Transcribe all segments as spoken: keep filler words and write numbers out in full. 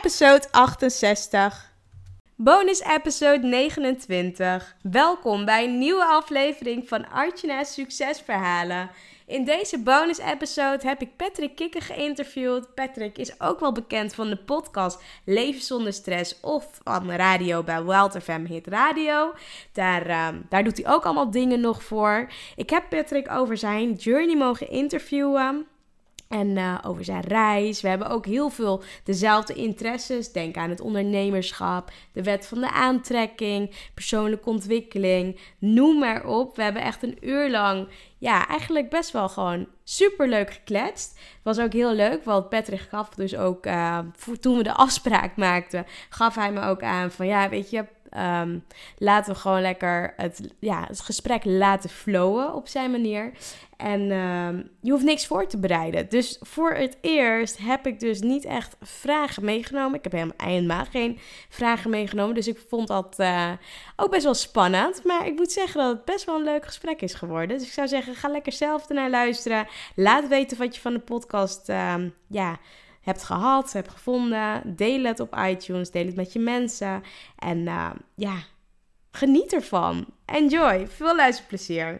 episode achtenzestig. Bonus episode negenentwintig. Welkom bij een nieuwe aflevering van Artjana's Succesverhalen. In deze bonus episode heb ik Patrick Kikker geïnterviewd. Patrick is ook wel bekend van de podcast Leven zonder stress of van radio bij Wild F M Hit Radio. Daar, uh, daar doet hij ook allemaal dingen nog voor. Ik heb Patrick over zijn journey mogen interviewen. En uh, over zijn reis. We hebben ook heel veel dezelfde interesses. Denk aan het ondernemerschap, de wet van de aantrekking, persoonlijke ontwikkeling. Noem maar op. We hebben echt een uur lang, ja, eigenlijk best wel gewoon superleuk gekletst. Het was ook heel leuk, want Patrick gaf dus ook, uh, voor, toen we de afspraak maakten, gaf hij me ook aan van, ja, weet je, Um, laten we gewoon lekker het, ja, het gesprek laten flowen op zijn manier. En um, je hoeft niks voor te bereiden. Dus voor het eerst heb ik dus niet echt vragen meegenomen. Ik heb helemaal geen vragen meegenomen. Dus ik vond dat uh, ook best wel spannend. Maar ik moet zeggen dat het best wel een leuk gesprek is geworden. Dus ik zou zeggen, ga lekker zelf ernaar luisteren. Laat weten wat je van de podcast um, ja, hebt gehad, hebt gevonden. Deel het op iTunes, deel het met je mensen. En uh, ja, geniet ervan. Enjoy. Veel luisterplezier.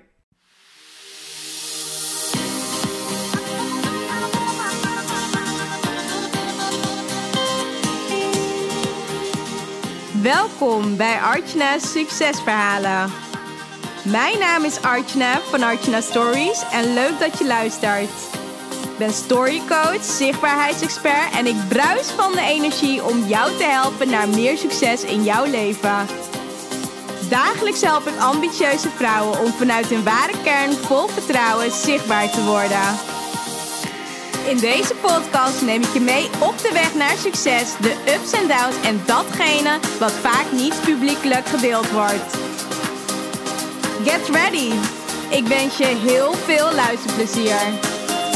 Welkom bij Artjana's Succesverhalen. Mijn naam is Artjana van Artjana Stories en leuk dat je luistert. Ik ben storycoach, zichtbaarheidsexpert en ik bruis van de energie om jou te helpen naar meer succes in jouw leven. Dagelijks help ik ambitieuze vrouwen om vanuit hun ware kern vol vertrouwen zichtbaar te worden. In deze podcast neem ik je mee op de weg naar succes, de ups en downs en datgene wat vaak niet publiekelijk gedeeld wordt. Get ready! Ik wens je heel veel luisterplezier.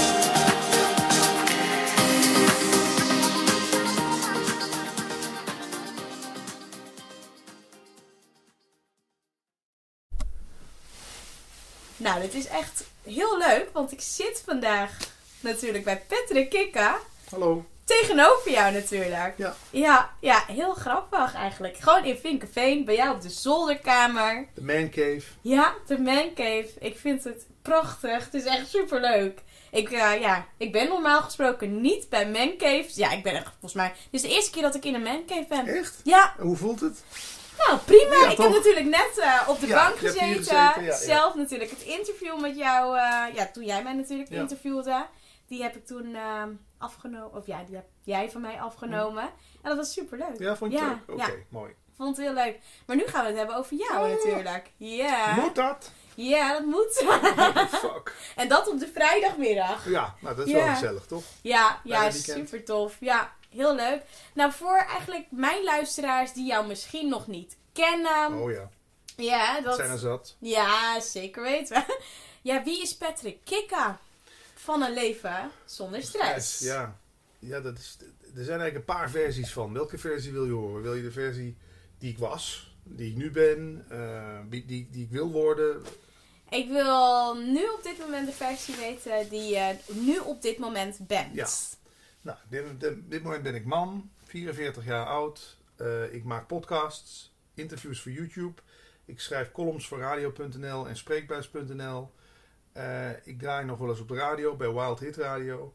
Nou, dit is echt heel leuk, want ik zit vandaag natuurlijk bij Patrick Kikker. Hallo. Tegenover jou natuurlijk. Ja. Ja, ja, heel grappig eigenlijk. Gewoon in Vinkeveen, bij jou op de zolderkamer. De man cave. Ja, de man cave. Ik vind het prachtig. Het is echt superleuk. Ik, uh, ja, ik ben normaal gesproken niet bij man caves. Ja, ik ben er volgens mij... Dit is de eerste keer dat ik in een man cave ben. Echt? Ja. En hoe voelt het? Nou, prima. Ja, ik toch? heb natuurlijk net uh, op de Ja, bank je hebt gezeten. hier gezeten, ja, ja. Zelf natuurlijk het interview met jou. Uh, ja, toen jij mij natuurlijk Ja. interviewde. Die heb ik toen uh, afgenomen. Of ja, die heb jij van mij afgenomen. En dat was superleuk. Ja, vond je Ja, het leuk? Oké, ja. mooi. Ik vond het heel leuk. Maar nu gaan we het hebben over jou Oh. natuurlijk. Ja. Moet dat? Ja, dat moet. Fuck. En dat op de vrijdagmiddag. Ja, nou dat is Ja. wel gezellig, toch? Ja, Bijna ja, weekend. super tof. Ja, heel leuk. Nou, voor eigenlijk mijn luisteraars die jou misschien nog niet kennen. Oh ja, Ja, dat dat... zijn er zat. Ja, zeker weten. Ja, wie is Patrick Kikker? Van een leven zonder stress. Ja, ja dat is, er zijn eigenlijk een paar versies van. Welke versie wil je horen? Wil je de versie die ik was, die ik nu ben, uh, die, die, die ik wil worden? Ik wil nu op dit moment de versie weten die je nu op dit moment bent. Ja. Nou, dit, dit, dit moment ben ik man, vierenveertig jaar oud. Uh, ik maak podcasts, interviews voor YouTube. Ik schrijf columns voor radio punt n l en spreekbuis punt n l. Uh, ik draai nog wel eens op de radio bij Wild Hit Radio.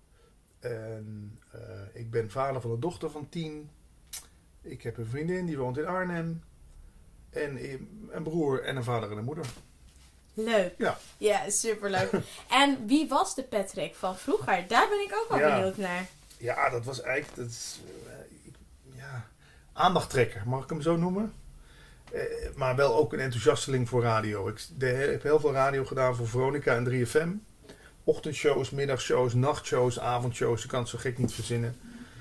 En, uh, ik ben vader van een dochter van tien. Ik heb een vriendin die woont in Arnhem. En een broer en een vader en een moeder. Leuk. Ja. Ja, superleuk. En wie was de Patrick van vroeger? Daar ben ik ook wel Ja. benieuwd naar. Ja, dat was eigenlijk... Dat is, uh, ik, ja, aandachttrekker, mag ik hem zo noemen? Uh, maar wel ook een enthousiasteling voor radio. Ik de, heb heel veel radio gedaan voor Veronica en drie F M. Ochtendshows, middagshows, nachtshows, avondshows. Je kan het zo gek niet verzinnen.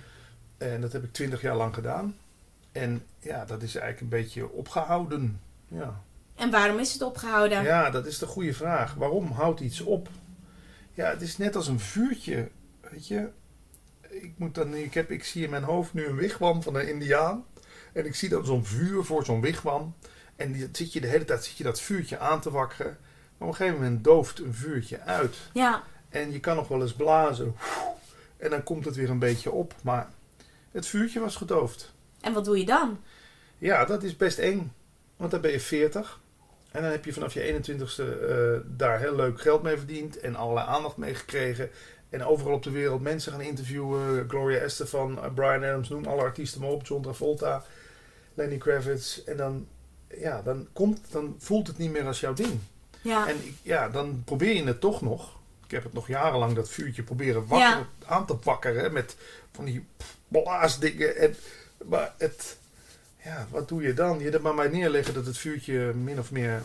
En dat heb ik twintig jaar lang gedaan. En ja, dat is eigenlijk een beetje opgehouden. Ja. En waarom is het opgehouden? Ja, dat is de goede vraag. Waarom houdt iets op? Ja, het is net als een vuurtje. Weet je, ik, moet dan, ik, heb, ik zie in mijn hoofd nu een wigwam van een Indiaan. En ik zie dan zo'n vuur voor zo'n wigwam. En die, zit je de hele tijd zit je dat vuurtje aan te wakkeren. Maar op een gegeven moment dooft een vuurtje uit. Ja. En je kan nog wel eens blazen. En dan komt het weer een beetje op. Maar Het vuurtje was gedoofd. En wat doe je dan? Ja, dat is best eng. Want dan ben je veertig. En dan heb je vanaf je eenentwintigste uh, daar heel leuk geld mee verdiend. En allerlei aandacht mee gekregen. En overal op de wereld mensen gaan interviewen. Gloria Estefan, Bryan Adams, noem alle artiesten maar op. John Travolta, Lenny Kravitz. En dan, ja, dan, komt, dan voelt het niet meer als jouw ding. Ja. En ja, dan probeer je het toch nog. Ik heb het nog jarenlang dat vuurtje proberen wakker, ja. aan te wakkeren. Met van die blaasdingen. En, maar het... Ja, wat doe je dan? Je er maar bij neerleggen dat het vuurtje min of meer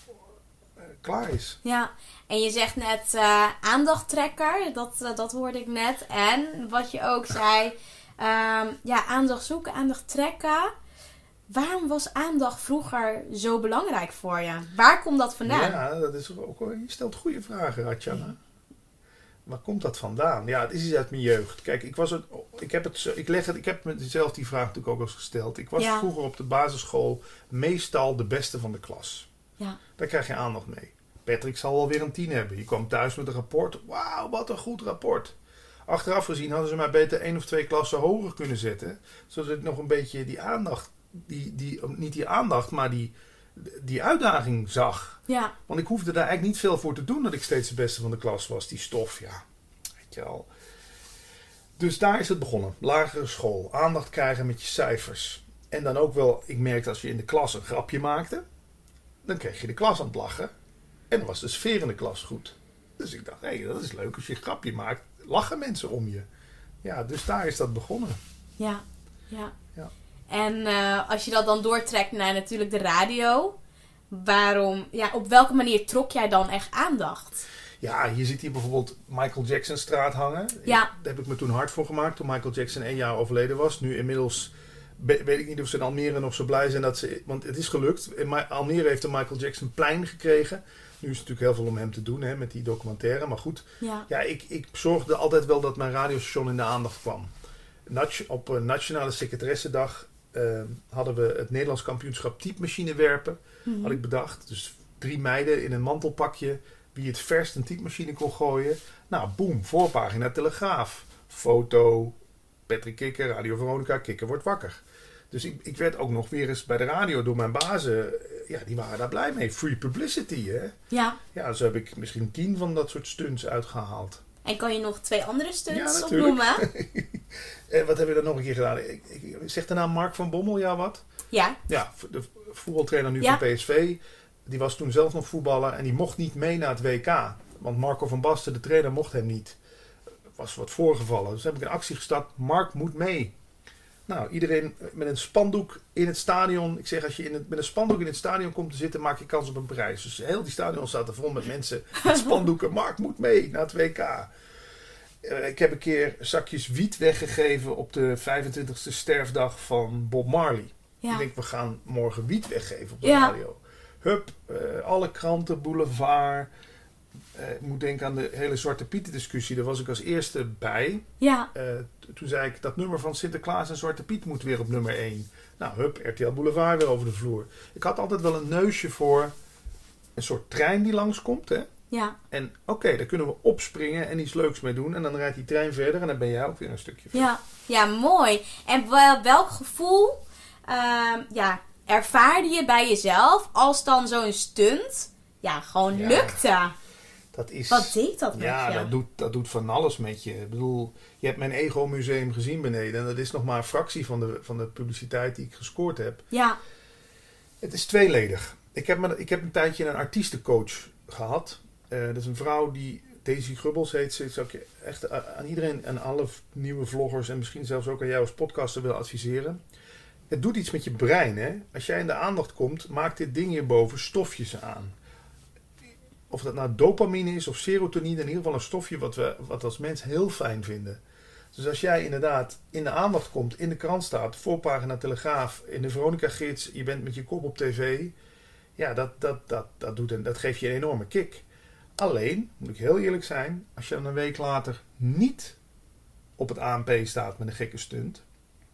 uh, klaar is. Ja, en je zegt net uh, aandachttrekker, dat, uh, dat hoorde ik net. En wat je ook zei, um, ja, aandacht zoeken, aandacht trekken. Waarom was aandacht vroeger zo belangrijk voor je? Waar komt dat vandaan? Ja, dat is ook, je stelt goede vragen, Ratjana. Waar komt dat vandaan? Ja, het is iets uit mijn jeugd. Kijk, ik was het, ik heb het, ik leg het, ik heb mezelf die vraag natuurlijk ook al eens gesteld. Ik was ja. vroeger op de basisschool meestal de beste van de klas. Ja. Daar krijg je aandacht mee. Patrick zal wel weer een tien hebben. Je kwam thuis met een rapport. Wauw, wat een goed rapport. Achteraf gezien hadden ze mij beter één of twee klassen hoger kunnen zetten. Zodat ik nog een beetje die aandacht, die, die, niet die aandacht, maar die, die uitdaging zag. Ja. Want ik hoefde daar eigenlijk niet veel voor te doen dat ik steeds de beste van de klas was. Die stof, ja. Weet je wel. Dus daar is het begonnen. Lagere school. Aandacht krijgen met je cijfers. En dan ook wel, ik merkte als je in de klas een grapje maakte. Dan kreeg je de klas aan het lachen. En dan was de sfeer in de klas goed. Dus ik dacht, hé, hey, dat is leuk. Als je een grapje maakt, lachen mensen om je. Ja, dus daar is dat begonnen. Ja, ja. ja. En uh, als je dat dan doortrekt naar natuurlijk de radio. Waarom, ja, op welke manier trok jij dan echt aandacht? Ja, je ziet hier bijvoorbeeld Michael Jackson straat hangen. Ja. Daar heb ik me toen hard voor gemaakt toen Michael Jackson één jaar overleden was. Nu inmiddels weet ik niet of ze in Almere nog zo blij zijn dat ze... Want het is gelukt. In Almere heeft de Michael Jackson plein gekregen. Nu is het natuurlijk heel veel om hem te doen, hè, met die documentaire. Maar goed, ja, ja ik, ik zorgde altijd wel dat mijn radiostation in de aandacht kwam. Op uh, Nationale Secretaressendag uh, hadden we het Nederlands kampioenschap typemachine werpen. Mm-hmm. Had ik bedacht. Dus drie meiden in een mantelpakje. Wie het verst een typemachine kon gooien. Nou, boem, voorpagina Telegraaf. Foto, Patrick Kikker, Radio Veronica, Kikker wordt wakker. Dus ik, ik werd ook nog weer eens bij de radio door mijn bazen. Ja, die waren daar blij mee. Free publicity, hè? Ja. Ja, zo heb ik misschien tien van dat soort stunts uitgehaald. En kan je nog twee andere stunts ja, opnoemen? En wat hebben we dan nog een keer gedaan? Ik, ik, zegt de naam Mark van Bommel, ja wat? Ja. Ja, de voetbaltrainer nu ja. van P S V. Die was toen zelf nog voetballer en die mocht niet mee naar het W K. Want Marco van Basten, de trainer, mocht hem niet. Er was wat voorgevallen. Dus heb ik een actie gestart. Mark moet mee. Nou, iedereen met een spandoek in het stadion. Ik zeg, als je in het, met een spandoek in het stadion komt te zitten, maak je kans op een prijs. Dus heel die stadion staat er vol met mensen met spandoeken. Mark moet mee naar het W K. Uh, ik heb een keer zakjes wiet weggegeven op de vijfentwintigste sterfdag van Bob Marley. Ja. Ik denk, we gaan morgen wiet weggeven op de ja. radio. Hup, uh, alle kranten, boulevard. Uh, ik moet denken aan de hele Zwarte Pieten discussie. Daar was ik als eerste bij. Ja. Uh, t- toen zei ik, dat nummer van Sinterklaas en Zwarte Piet moet weer op nummer één. Nou, hup, R T L Boulevard weer over de vloer. Ik had altijd wel een neusje voor een soort trein die langskomt, hè. Ja. En oké, okay, daar kunnen we opspringen en iets leuks mee doen. En dan rijdt die trein verder en dan ben jij ook weer een stukje verder. Ja, ja, mooi. En welk gevoel uh, ja, ervaarde je bij jezelf als dan zo'n stunt ja, gewoon ja, lukte? Dat is, Wat deed dat met ja, je? Ja, dat doet, dat doet van alles met je. Ik bedoel, je hebt mijn Ego Museum gezien beneden. En dat is nog maar een fractie van de, van de publiciteit die ik gescoord heb. Ja. Het is tweeledig. Ik heb, me, ik heb een tijdje een artiestencoach gehad. Uh, dat is een vrouw die, Daisy Gubbels heet ze. Zou ik je echt aan iedereen en alle nieuwe vloggers en misschien zelfs ook aan jou als podcaster wil adviseren. Het doet iets met je brein, hè. Als jij in de aandacht komt, maakt dit ding hierboven stofjes aan. Of dat nou dopamine is of serotonine, in ieder geval een stofje wat we wat als mens heel fijn vinden. Dus als jij inderdaad in de aandacht komt, in de krant staat, voorpagina Telegraaf, in de Veronica-gids, je bent met je kop op tv. Ja, dat, dat, dat, dat, doet een, dat geeft je een enorme kick. Alleen, moet ik heel eerlijk zijn, als je dan een week later niet op het A N P staat met een gekke stunt,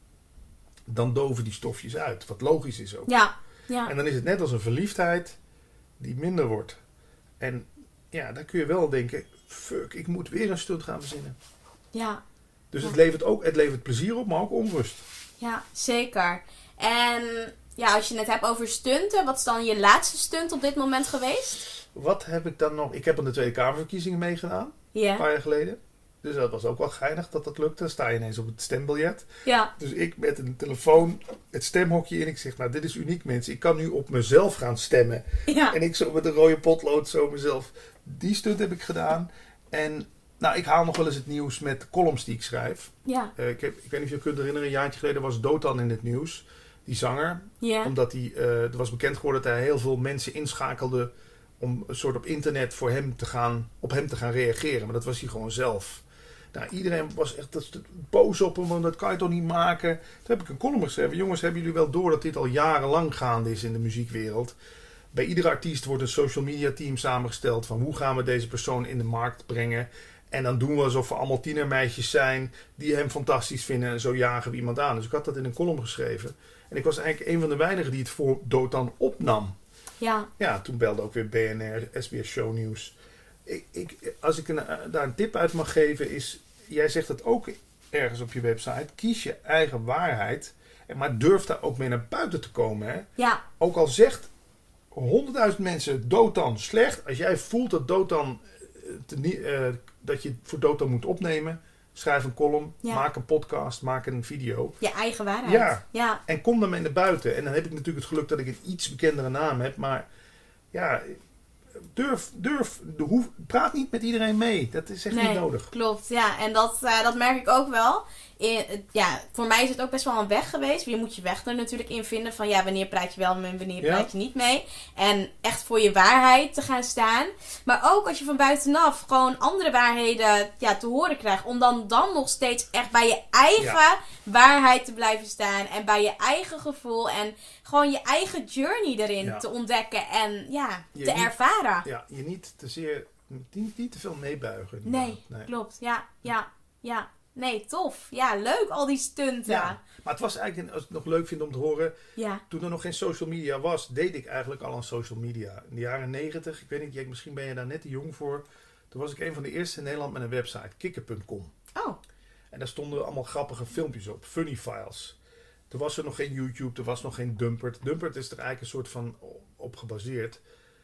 dan doven die stofjes uit. Wat logisch is ook. Ja, ja. En dan is het net als een verliefdheid die minder wordt. En ja, dan kun je wel denken, fuck, ik moet weer een stunt gaan verzinnen. Ja, Dus ja. het levert ook het levert plezier op, maar ook onrust. Ja, zeker. En ja, als je het hebt over stunten, wat is dan je laatste stunt op dit moment geweest? Wat heb ik dan nog? Ik heb aan de Tweede Kamerverkiezingen meegedaan. Ja. Een paar jaar geleden. Dus dat was ook wel geinig dat dat lukte. Dan sta je ineens op het stembiljet. Ja. Dus ik met een telefoon het stemhokje in. Ik zeg, nou dit is uniek mensen. Ik kan nu op mezelf gaan stemmen. Ja. En ik zo met een rode potlood zo mezelf. Die stunt heb ik gedaan. En nou, ik haal nog wel eens het nieuws met columns die ik schrijf. Ja. Uh, ik, heb, ik weet niet of je je kunt herinneren. Een jaartje geleden was Dotan in het nieuws. Die zanger. Ja. Omdat hij, uh, er was bekend geworden dat hij heel veel mensen inschakelde om een soort op internet voor hem te gaan, op hem te gaan reageren. Maar dat was hij gewoon zelf. Nou, iedereen was echt boos op hem, want dat kan je toch niet maken. Toen heb ik een column geschreven. Jongens, hebben jullie wel door dat dit al jarenlang gaande is in de muziekwereld? Bij iedere artiest wordt een social media team samengesteld van hoe gaan we deze persoon in de markt brengen. En dan doen we alsof we allemaal tienermeisjes zijn die hem fantastisch vinden en zo jagen we iemand aan. Dus ik had dat in een column geschreven. En ik was eigenlijk een van de weinigen die het voor Dotan opnam. Ja. Ja, toen belde ook weer B N R, S B S Shownieuws. Ik, ik, als ik een, daar een tip uit mag geven is, jij zegt het ook ergens op je website, kies je eigen waarheid, maar durf daar ook mee naar buiten te komen. Hè? Ja. Ook al zegt honderdduizend mensen Dotan slecht, als jij voelt dat Dotan, te, uh, dat je voor Dotan moet opnemen, schrijf een column, ja. maak een podcast, maak een video. Je eigen waarheid. Ja. ja. En kom daarmee naar buiten. En dan heb ik natuurlijk het geluk dat ik een iets bekendere naam heb, maar ja, durf, durf, hoef, praat niet met iedereen mee. Dat is echt nee, niet nodig. Klopt, ja. En dat, uh, dat merk ik ook wel. In, ja, voor mij is het ook best wel een weg geweest. Je moet je weg er natuurlijk in vinden. Van ja, wanneer praat je wel mee en wanneer ja. praat je niet mee. En echt voor je waarheid te gaan staan. Maar ook als je van buitenaf gewoon andere waarheden ja, te horen krijgt. Om dan, dan nog steeds echt bij je eigen ja. waarheid te blijven staan. En bij je eigen gevoel. En gewoon je eigen journey erin ja. te ontdekken. En ja, je te niet, ervaren. Ja, je niet te zeer, niet, niet te veel meebuigen. Nee, nee, klopt. Ja, ja, ja. Nee, tof. Ja, leuk al die stunten. Ja, maar het was eigenlijk, als ik het nog leuk vind om te horen, ja. toen er nog geen social media was, deed ik eigenlijk al aan social media. In de jaren negentig, ik weet niet, misschien ben je daar net te jong voor. Toen was ik een van de eerste in Nederland met een website, kikker punt com. Oh. En daar stonden allemaal grappige filmpjes op, funny files. Toen was er nog geen YouTube, er was nog geen Dumpert. Dumpert is er eigenlijk een soort van op gebaseerd.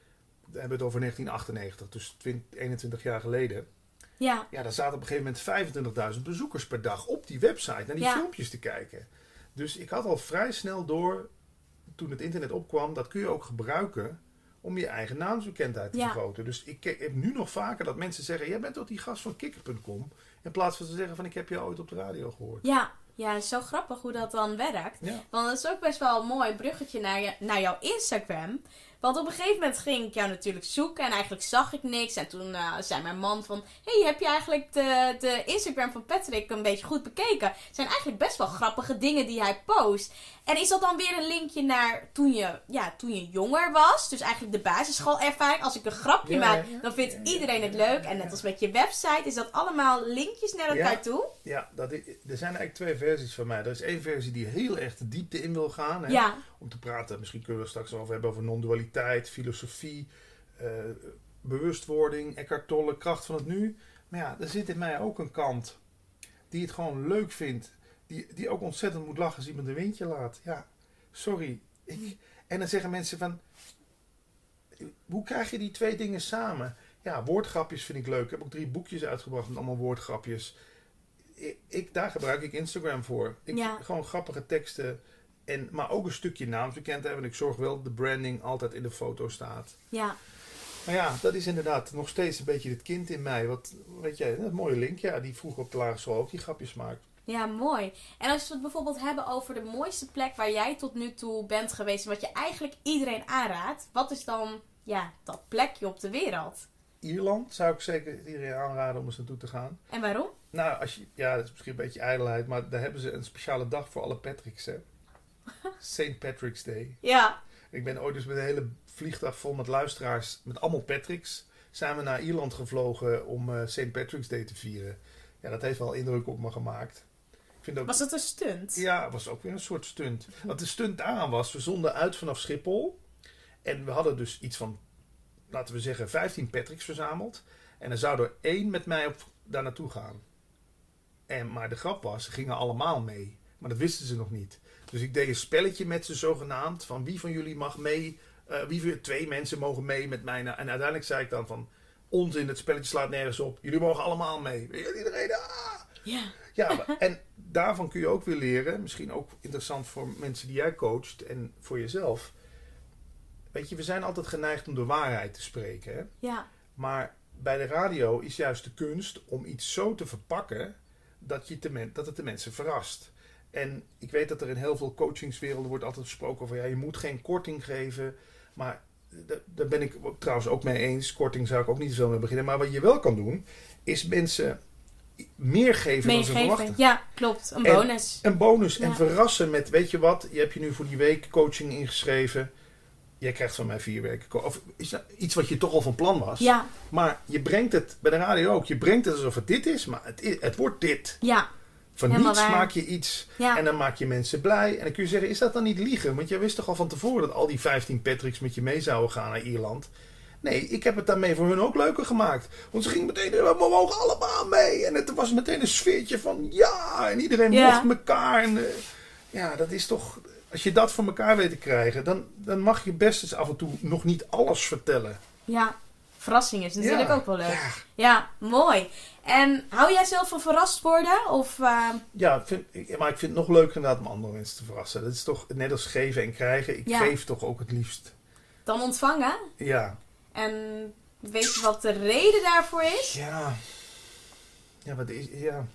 We hebben het over negentien achtennegentig, dus twintig, eenentwintig jaar geleden. Ja. Ja, daar zaten op een gegeven moment vijfentwintigduizend bezoekers per dag op die website naar die ja. filmpjes te kijken. Dus ik had al vrij snel door, toen het internet opkwam, dat kun je ook gebruiken om je eigen naamsbekendheid te ja. vergroten. Dus ik heb nu nog vaker dat mensen zeggen, jij bent toch die gast van kikker punt com? In plaats van te zeggen van, ik heb je ooit op de radio gehoord. Ja, ja, zo grappig hoe dat dan werkt. Ja. Want dat is ook best wel een mooi bruggetje naar, je, naar jouw Instagram. Want op een gegeven moment ging ik jou natuurlijk zoeken en eigenlijk zag ik niks. En toen uh, zei mijn man van, hey, heb je eigenlijk de, de Instagram van Patrick een beetje goed bekeken? Het zijn eigenlijk best wel grappige dingen die hij post. En is dat dan weer een linkje naar toen je, ja, toen je jonger was? Dus eigenlijk de basisschool-ervaring. Als ik een grapje ja, maak, dan vindt ja, iedereen het leuk. En net als met je website, is dat allemaal linkjes naar elkaar ja, toe? Ja, dat is, er zijn eigenlijk twee versies van mij. Er is één versie die heel erg de diepte in wil gaan. Hè? Ja. Om te praten, misschien kunnen we straks over hebben over non-dualiteit, filosofie, uh, bewustwording, Eckhart Tolle, kracht van het nu. Maar ja, er zit in mij ook een kant die het gewoon leuk vindt. Die, die ook ontzettend moet lachen als iemand een windje laat. Ja, sorry. Ik, en dan zeggen mensen van, hoe krijg je die twee dingen samen? Ja, woordgrapjes vind ik leuk. Ik heb ook drie boekjes uitgebracht met allemaal woordgrapjes. Ik, ik, daar gebruik ik Instagram voor. Ik, ja. Gewoon grappige teksten. En, maar ook een stukje naamsbekendheid. Want ik zorg wel dat de branding altijd in de foto staat. Ja. Maar ja, dat is inderdaad nog steeds een beetje het kind in mij. Wat, weet jij, dat mooie link. Ja, die vroeger op de lagere school ook die grapjes maakt. Ja, mooi. En als we het bijvoorbeeld hebben over de mooiste plek waar jij tot nu toe bent geweest. Wat je eigenlijk iedereen aanraadt. Wat is dan ja, dat plekje op de wereld? Ierland zou ik zeker iedereen aanraden om eens naartoe te gaan. En waarom? Nou, als je, ja, dat is misschien een beetje ijdelheid. Maar daar hebben ze een speciale dag voor alle Patricks, hè. Saint Patrick's Day. Ja. Ik ben ooit dus met een hele vliegtuig vol met luisteraars, met allemaal Patricks, zijn we naar Ierland gevlogen om uh, Saint Patrick's Day te vieren. Ja, dat heeft wel indruk op me gemaakt. Ik vind ook, was het een stunt? Ja, het was ook weer een soort stunt. Wat de stunt aan was, we zonden uit vanaf Schiphol. En we hadden dus iets van, laten we zeggen, vijftien Patricks verzameld. En er zou er één met mij op, daar naartoe gaan. En, maar de grap was, ze gingen allemaal mee. Maar dat wisten ze nog niet. Dus ik deed een spelletje met ze zogenaamd. Van wie van jullie mag mee? Uh, wie van twee mensen mogen mee met mij? En uiteindelijk zei ik dan van... Onzin, het spelletje slaat nergens op. Jullie mogen allemaal mee. Iedereen, ah! Ja. Ja, en daarvan kun je ook weer leren. Misschien ook interessant voor mensen die jij coacht. En voor jezelf. Weet je, we zijn altijd geneigd om de waarheid te spreken. Hè? Ja. Maar bij de radio is juist de kunst om iets zo te verpakken... Dat, je te men, dat het de mensen verrast. En ik weet dat er in heel veel coachingswerelden wordt altijd gesproken over... Ja, je moet geen korting geven. Maar daar ben ik trouwens ook mee eens. Korting zou ik ook niet zoveel mee beginnen. Maar wat je wel kan doen, is mensen meer geven dan ze verwachten. Ja, klopt. Een bonus. En, een bonus. Ja. En verrassen met, weet je wat, je hebt je nu voor die week coaching ingeschreven. Jij krijgt van mij vier weken. Of is dat iets wat je toch al van plan was. Ja. Maar je brengt het, bij de radio ook, je brengt het alsof het dit is, maar het, het wordt dit. Ja. Van Helemaal niets waar. maak je iets. Ja. En dan maak je mensen blij. En dan kun je zeggen, is dat dan niet liegen? Want jij wist toch al van tevoren dat al die vijftien Patricks met je mee zouden gaan naar Ierland? Nee, ik heb het daarmee voor hun ook leuker gemaakt. Want ze gingen meteen, we mogen allemaal mee. En het was meteen een sfeertje van ja. En iedereen Ja. mocht elkaar. En, uh, ja, dat is toch... Als je dat voor elkaar weet te krijgen, dan, dan mag je best eens af en toe nog niet alles vertellen. Ja. Verrassing is natuurlijk Ja. ook wel leuk. Ja, Ja, mooi. En hou jij zelf van verrast worden? Of, uh... ja vind, ik- maar ik vind het nog leuker inderdaad om andere mensen te verrassen. Dat is toch net als geven en krijgen. Ik Ja. geef toch ook het liefst. dan ontvangen? Ja. En weet je wat de reden daarvoor is? Ja. Ja, wat is... Ja.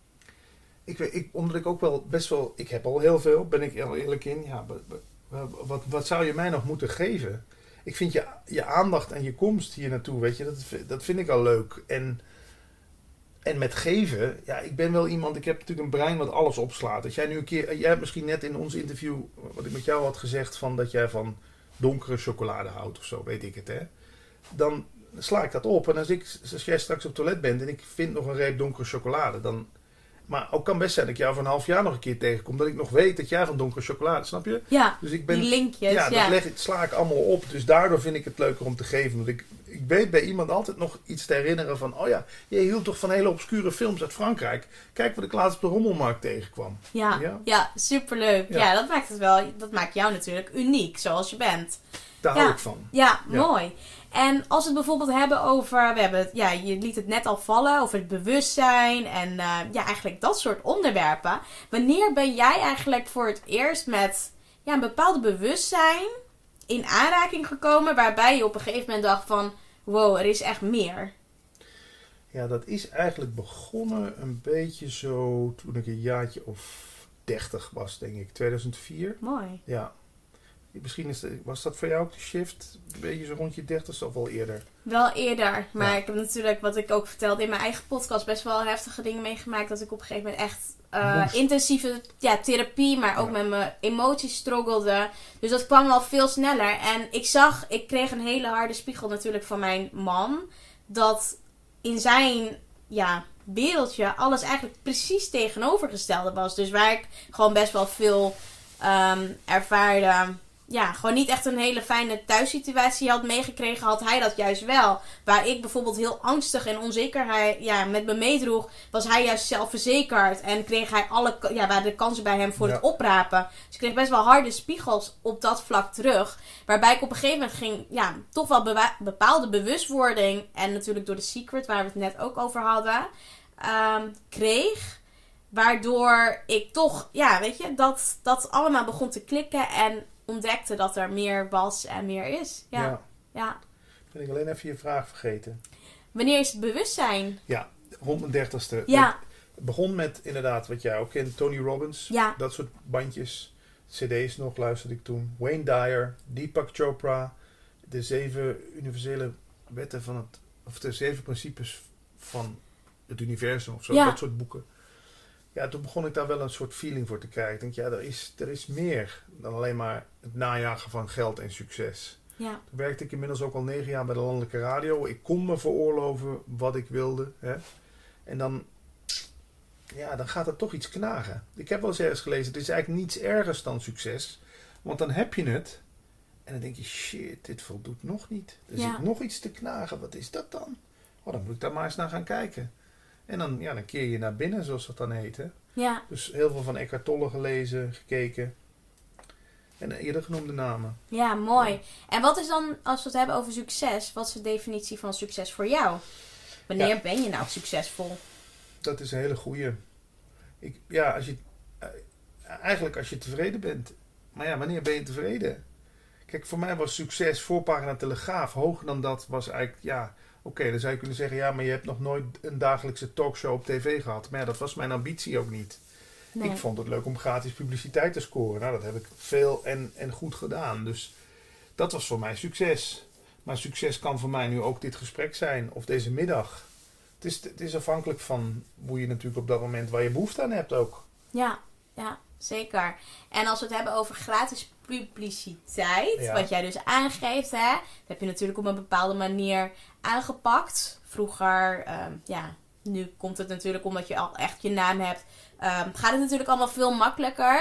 Ik weet, ik, omdat ik ook wel best wel... Ik heb al heel veel, ben ik heel eerlijk in. Ja, wat, wat, wat, wat zou je mij nog moeten geven? Ik vind je, je aandacht en je komst hier naartoe, weet je, dat, dat vind ik al leuk. En, en met geven, ja, ik ben wel iemand, ik heb natuurlijk een brein wat alles opslaat. Als jij nu een keer, jij hebt misschien net in ons interview, wat ik met jou had gezegd, van dat jij van donkere chocolade houdt of zo, weet ik het, hè. Dan sla ik dat op. En als, ik, als jij straks op het toilet bent en ik vind nog een reep donkere chocolade, dan... Maar ook kan best zijn dat ik jou van een half jaar nog een keer tegenkom. Dat ik nog weet dat jij van donkere chocolade, snap je? Ja, Dus ik ben, die linkjes. ja, Ja, dat leg, ik- sla ik allemaal op. Dus daardoor vind ik het leuker om te geven. Want ik, ik weet bij iemand altijd nog iets te herinneren van... Oh ja, jij hield toch van hele obscure films uit Frankrijk. Kijk wat ik laatst op de rommelmarkt tegenkwam. ja, Ja. ja, superleuk. Ja. Ja. dat maakt het wel, dat maakt jou natuurlijk uniek, zoals je bent. Daar Ja. hou ik van. Ja, Ja. mooi. En als we het bijvoorbeeld hebben over, we hebben het, ja, je liet het net al vallen, over het bewustzijn en uh, ja, eigenlijk dat soort onderwerpen. Wanneer ben jij eigenlijk voor het eerst met ja, een bepaalde bewustzijn in aanraking gekomen, waarbij je op een gegeven moment dacht van, wow, er is echt meer? Ja, dat is eigenlijk begonnen een beetje zo toen ik een jaartje of dertig was, denk ik. tweeduizend vier. Mooi. Ja. Misschien is de, was dat voor jou ook de shift? Een beetje zo rond je dertigste of al eerder? Wel eerder, maar Ja. ik heb natuurlijk, wat ik ook vertelde in mijn eigen podcast, best wel heftige dingen meegemaakt. Dat ik op een gegeven moment echt uh, Moest. intensieve ja, therapie, maar ook Ja. met mijn emoties struggelde. Dus dat kwam wel veel sneller. En ik zag, ik kreeg een hele harde spiegel natuurlijk van mijn man. Dat in zijn ja, wereldje alles eigenlijk precies tegenovergestelde was. Dus waar ik gewoon best wel veel um, ervaarde... Ja, gewoon niet echt een hele fijne thuissituatie had meegekregen, had hij dat juist wel. Waar ik bijvoorbeeld heel angstig en onzekerheid ja, met me meedroeg, was hij juist zelfverzekerd. En kreeg hij alle, ja, waren de kansen bij hem voor Ja. het oprapen. Dus ik kreeg best wel harde spiegels op dat vlak terug. Waarbij ik op een gegeven moment ging, ja, toch wel bewa- bepaalde bewustwording. En natuurlijk door The Secret, waar we het net ook over hadden, um, kreeg. Waardoor ik toch, ja, weet je, dat, dat allemaal begon te klikken en ontdekte dat er meer was en meer is. Ja. ja. ja. Ben ik alleen even je vraag vergeten. Wanneer is het bewustzijn? Ja, rond mijn dertigste. Ja. Het begon met inderdaad wat jij ook kent. Tony Robbins. Ja. Dat soort bandjes. cd's nog luisterde ik toen. Wayne Dyer. Deepak Chopra. De zeven universele wetten van het... Of de zeven principes van het universum. Of zo. Ja. Dat soort boeken. Ja, toen begon ik daar wel een soort feeling voor te krijgen. Ik denk, ja, er is, er is meer dan alleen maar het najagen van geld en succes. Ja. Toen werkte ik inmiddels ook al negen jaar bij de landelijke radio. Ik kon me veroorloven wat ik wilde. Hè? En dan, ja, dan gaat er toch iets knagen. Ik heb wel eens ergens gelezen, het is eigenlijk niets ergers dan succes. Want dan heb je het. En dan denk je, shit, dit voldoet nog niet. Er Ja. zit nog iets te knagen. Wat is dat dan? Oh, dan moet ik daar maar eens naar gaan kijken. En dan, ja, dan keer je naar binnen, zoals dat dan heet. Hè? Ja. Dus heel veel van Eckhart Tolle gelezen, gekeken. En eerder genoemde namen. Ja, mooi. En wat is dan, als we het hebben over succes, wat is de definitie van succes voor jou? Wanneer ja. ben je nou succesvol? Dat is een hele goeie. Ik, ja, als je, eigenlijk als je tevreden bent. Maar ja, wanneer ben je tevreden? Kijk, voor mij was succes voorpagina Telegraaf. Hoger dan dat was eigenlijk, ja, oké, okay, dan zou je kunnen zeggen, ja, maar je hebt nog nooit een dagelijkse talkshow op tv gehad. Maar ja, dat was mijn ambitie ook niet. Nee. Ik vond het leuk om gratis publiciteit te scoren. Nou, dat heb ik veel en, en goed gedaan. Dus dat was voor mij succes. Maar succes kan voor mij nu ook dit gesprek zijn. Of deze middag. Het is, het is afhankelijk van hoe je natuurlijk op dat moment waar je behoefte aan hebt ook. Ja, ja, zeker. En als we het hebben over gratis publiciteit. Ja. Wat jij dus aangeeft. Hè, dat heb je natuurlijk op een bepaalde manier aangepakt. Vroeger, um, ja... Nu komt het natuurlijk omdat je al echt je naam hebt. Um, gaat het natuurlijk allemaal veel makkelijker.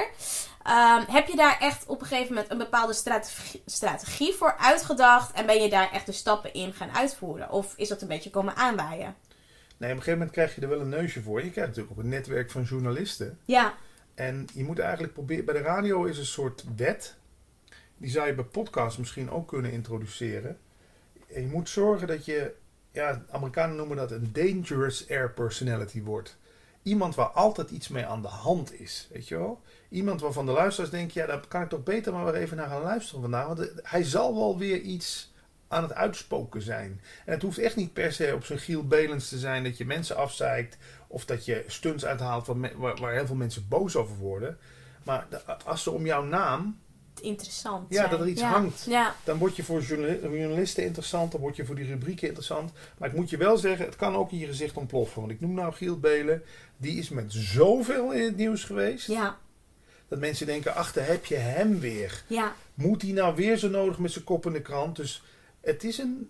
Um, heb je daar echt op een gegeven moment een bepaalde strategie, strategie voor uitgedacht? En ben je daar echt de stappen in gaan uitvoeren? Of is dat een beetje komen aanwaaien? Nee, op een gegeven moment krijg je er wel een neusje voor. Je krijgt natuurlijk op een netwerk van journalisten. Ja. En je moet eigenlijk proberen... Bij de radio is een soort wet. Die zou je bij podcasts misschien ook kunnen introduceren. En je moet zorgen dat je... Ja, Amerikanen noemen dat een dangerous air personality wordt. Iemand waar altijd iets mee aan de hand is, weet je wel? Iemand waarvan de luisteraars denken, ja, daar kan ik toch beter maar weer even naar gaan luisteren vandaag. Want hij zal wel weer iets aan het uitspoken zijn. En het hoeft echt niet per se op zijn Giel Belens te zijn dat je mensen afzeikt. Of dat je stunts uithaalt waar, waar, waar heel veel mensen boos over worden. Maar de, als er om jouw naam... interessant ja, zijn. dat er iets ja. hangt. Ja. Dan word je voor journalisten interessant, dan word je voor die rubrieken interessant. Maar ik moet je wel zeggen, het kan ook in je gezicht ontploffen. Want ik noem nou Giel Belen, die is met zoveel in het nieuws geweest. Ja. Dat mensen denken, ach, daar heb je hem weer. Ja. Moet hij nou weer zo nodig met zijn kop in de krant? Dus het is een,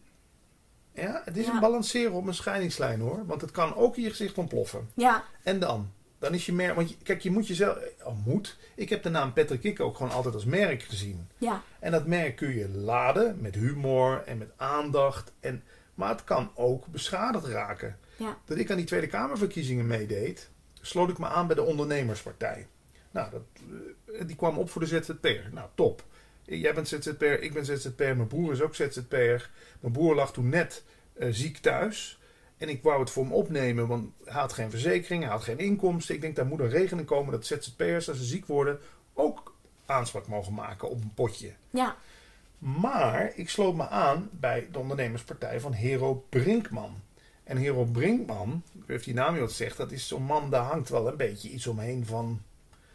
ja, het is ja. een balanceren op een scheidingslijn hoor. Want het kan ook in je gezicht ontploffen. Ja. En dan? Dan is je merk, want je, kijk, je moet jezelf, oh, moet. Ik heb de naam Patrick Kikker ook gewoon altijd als merk gezien. Ja. En dat merk kun je laden met humor en met aandacht. En, maar het kan ook beschadigd raken. Ja. Dat ik aan die Tweede Kamerverkiezingen meedeed, sloot ik me aan bij de Ondernemerspartij. Nou, dat, die kwam op voor de Z Z P'er. Nou, top. Jij bent Z Z P'er, ik ben Z Z P'er, mijn broer is ook Z Z P'er. Mijn broer lag toen net uh, ziek thuis. En ik wou het voor hem opnemen, want hij had geen verzekering, hij had geen inkomsten. Ik denk, daar moet een regeling komen dat Z Z P'ers, als ze ziek worden, ook aanspraak mogen maken op een potje. Ja. Maar ik sloot me aan bij de ondernemerspartij van Hero Brinkman. En Hero Brinkman, ik weet niet of die naam je wat zegt, dat is zo'n man, daar hangt wel een beetje iets omheen van,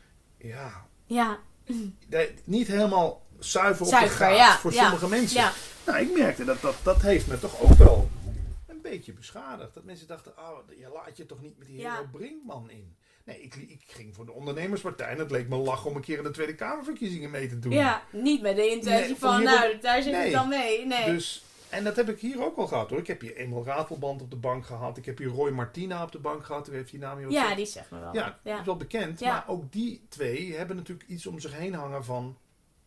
ja, ja. niet helemaal zuiver, zuiver op de graad ja. voor ja. sommige mensen. Ja. Nou, ik merkte dat, dat dat heeft me toch ook wel een beetje beschadigd. Dat mensen dachten, oh, je laat je toch niet met die Hero ja. Brinkman in. Nee, ik, ik ging voor de ondernemerspartij en het leek me lachen om een keer in de Tweede Kamerverkiezingen mee te doen. Ja, niet met de intentie nee, van, nou, op... daar zit nee. ik dan mee. Nee. Dus, en dat heb ik hier ook al gehad hoor. Ik heb hier Emil Ratelband op de bank gehad. Ik heb hier Roy Martina op de bank gehad. U heeft die naam hier Ja, die zegt me wel. Ja, ja. is wel bekend. Ja. Maar ook die twee hebben natuurlijk iets om zich heen hangen van...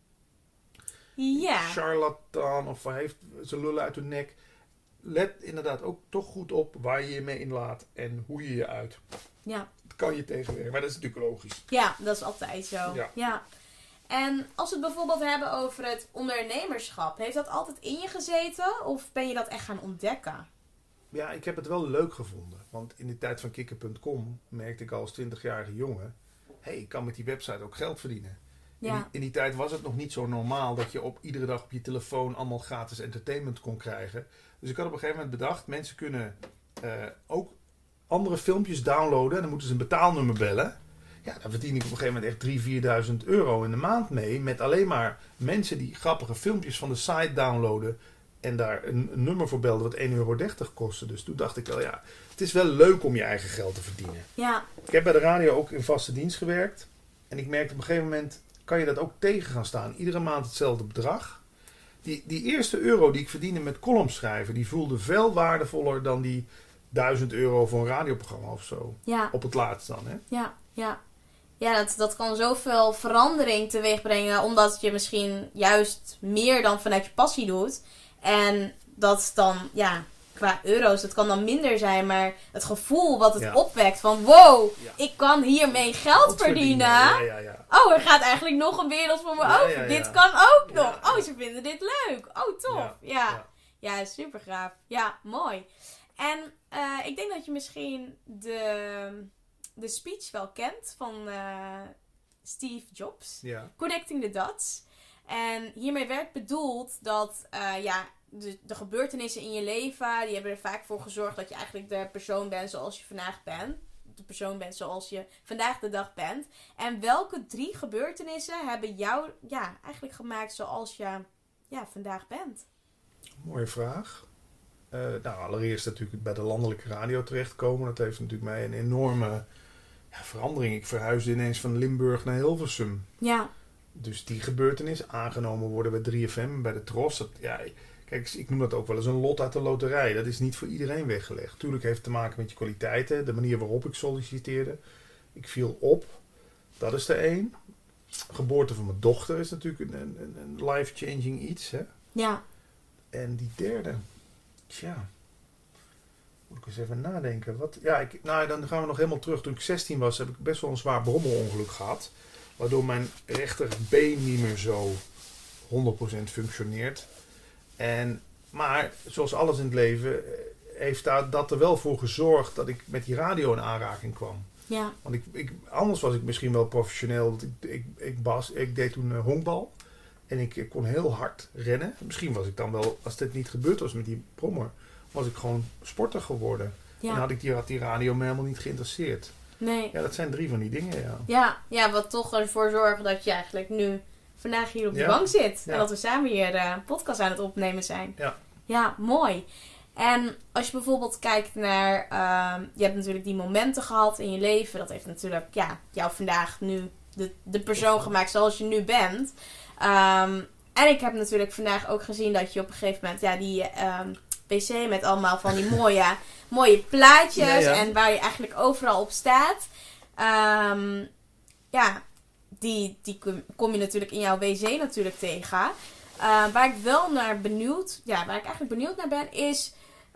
Ja. Charlatan of heeft ze lullen uit hun nek. Let inderdaad ook toch goed op waar je je mee inlaat en hoe je je uit. Ja. Dat kan je tegenwerken, maar dat is natuurlijk logisch. Ja, dat is altijd zo. Ja. ja. En als we het bijvoorbeeld hebben over het ondernemerschap, heeft dat altijd in je gezeten of ben je dat echt gaan ontdekken? Ja, ik heb het wel leuk gevonden. Want in de tijd van kikker punt com merkte ik al als twintigjarige jongen, hé, hey, ik kan met die website ook geld verdienen. Ja. In, die, in die tijd was het nog niet zo normaal dat je op iedere dag op je telefoon allemaal gratis entertainment kon krijgen. Dus ik had op een gegeven moment bedacht, mensen kunnen uh, ook andere filmpjes downloaden en dan moeten ze een betaalnummer bellen. Ja, dan verdien ik op een gegeven moment echt drieduizend, vierduizend euro in de maand mee. Met alleen maar mensen die grappige filmpjes van de site downloaden. En daar een, een nummer voor belden wat één euro dertig kostte. Dus toen dacht ik wel, ja, het is wel leuk om je eigen geld te verdienen. Ja. Ik heb bij de radio ook in vaste dienst gewerkt. En ik merkte op een gegeven moment, kan je dat ook tegen gaan staan. Iedere maand hetzelfde bedrag. Die, die eerste euro die ik verdiende met columns schrijven, die voelde veel waardevoller dan die duizend euro voor een radioprogramma of zo. Ja. Op het laatst dan, hè? Ja, ja. Ja, dat, dat kan zoveel verandering teweeg brengen. Omdat je misschien juist meer dan vanuit je passie doet. En dat dan, ja, qua euro's, dat kan dan minder zijn, maar het gevoel wat het Ja. opwekt van wow, Ja. ik kan hiermee geld Geld verdienen. Ja, ja, ja. Oh, er gaat eigenlijk nog een wereld voor me Ja, open. ja, ja. Dit kan ook Ja, nog. ja. Oh, ze vinden dit leuk. Oh, tof. Ja, ja. Ja. ja super gaaf. Ja, mooi. En uh, ik denk dat je misschien de, de speech wel kent van uh, Steve Jobs. Ja. Connecting the Dots. En hiermee werd bedoeld dat uh, ja, de, de gebeurtenissen in je leven, die hebben er vaak voor gezorgd dat je eigenlijk de persoon bent zoals je vandaag bent. De persoon bent zoals je vandaag de dag bent. En welke drie gebeurtenissen hebben jou ja, eigenlijk gemaakt zoals je ja, vandaag bent? Mooie vraag. Uh, nou, allereerst natuurlijk bij de landelijke radio terechtkomen. Dat heeft natuurlijk mij een enorme ja, verandering. Ik verhuisde ineens van Limburg naar Hilversum. Ja. Dus die gebeurtenis, aangenomen worden bij drie F M, bij de Tros. Dat, ja, kijk, ik noem dat ook wel eens een lot uit de loterij. Dat is niet voor iedereen weggelegd. Tuurlijk heeft het te maken met je kwaliteiten, de manier waarop ik solliciteerde. Ik viel op. Dat is de één. Geboorte van mijn dochter is natuurlijk een, een, een life-changing iets. Hè? Ja. En die derde, tja, moet ik eens even nadenken. Wat, ja, ik, nou, dan gaan we nog helemaal terug. Toen ik zestien was, heb ik best wel een zwaar brommelongeluk gehad. Waardoor mijn rechterbeen niet meer zo honderd procent functioneert. En, maar zoals alles in het leven heeft daar, dat er wel voor gezorgd dat ik met die radio in aanraking kwam. Ja. Want ik, ik, anders was ik misschien wel professioneel. Want ik, ik, ik, bas, ik deed toen uh, honkbal. En ik, ik kon heel hard rennen. Misschien was ik dan wel, als dit niet gebeurd was met die brommer, was ik gewoon sporter geworden. Ja. En had ik die, had die radio me helemaal niet geïnteresseerd. Nee. Ja, dat zijn drie van die dingen, ja. Ja, ja, wat toch ervoor zorgt dat je eigenlijk nu vandaag hier op de Ja. bank zit. Ja. En dat we samen hier uh, een podcast aan het opnemen zijn. Ja. Ja, mooi. En als je bijvoorbeeld kijkt naar... Uh, je hebt natuurlijk die momenten gehad in je leven. Dat heeft natuurlijk ja, jou vandaag nu de, de persoon gemaakt zoals je nu bent. Um, en ik heb natuurlijk vandaag ook gezien dat je op een gegeven moment... Ja, die um, wc met allemaal van die mooie, mooie plaatjes. Ja, ja. En waar je eigenlijk overal op staat. Um, ja, die, die kom je natuurlijk in jouw wc natuurlijk tegen. Uh, waar ik wel naar benieuwd... Ja, waar ik eigenlijk benieuwd naar ben is...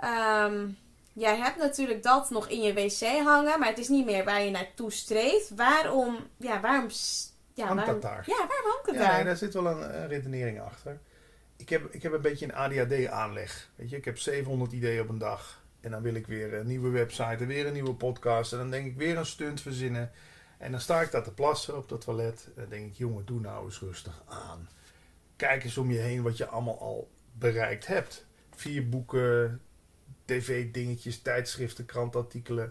Um, jij hebt natuurlijk dat nog in je wc hangen. Maar het is niet meer waar je naartoe streeft. Waarom... Ja, waarom... Ja, hangt waarom, dat daar? Ja, waarom hangt het Ja, daar? nee, daar zit wel een, een redenering achter. Ik heb, ik heb een beetje een A D H D-aanleg. Weet je, ik heb zevenhonderd ideeën op een dag. En dan wil ik weer een nieuwe website en weer een nieuwe podcast. En dan denk ik weer een stunt verzinnen. En dan sta ik daar te plassen op dat toilet. En dan denk ik, jongen, doe nou eens rustig aan. Kijk eens om je heen wat je allemaal al bereikt hebt. Vier boeken, tv-dingetjes, tijdschriften, krantartikelen.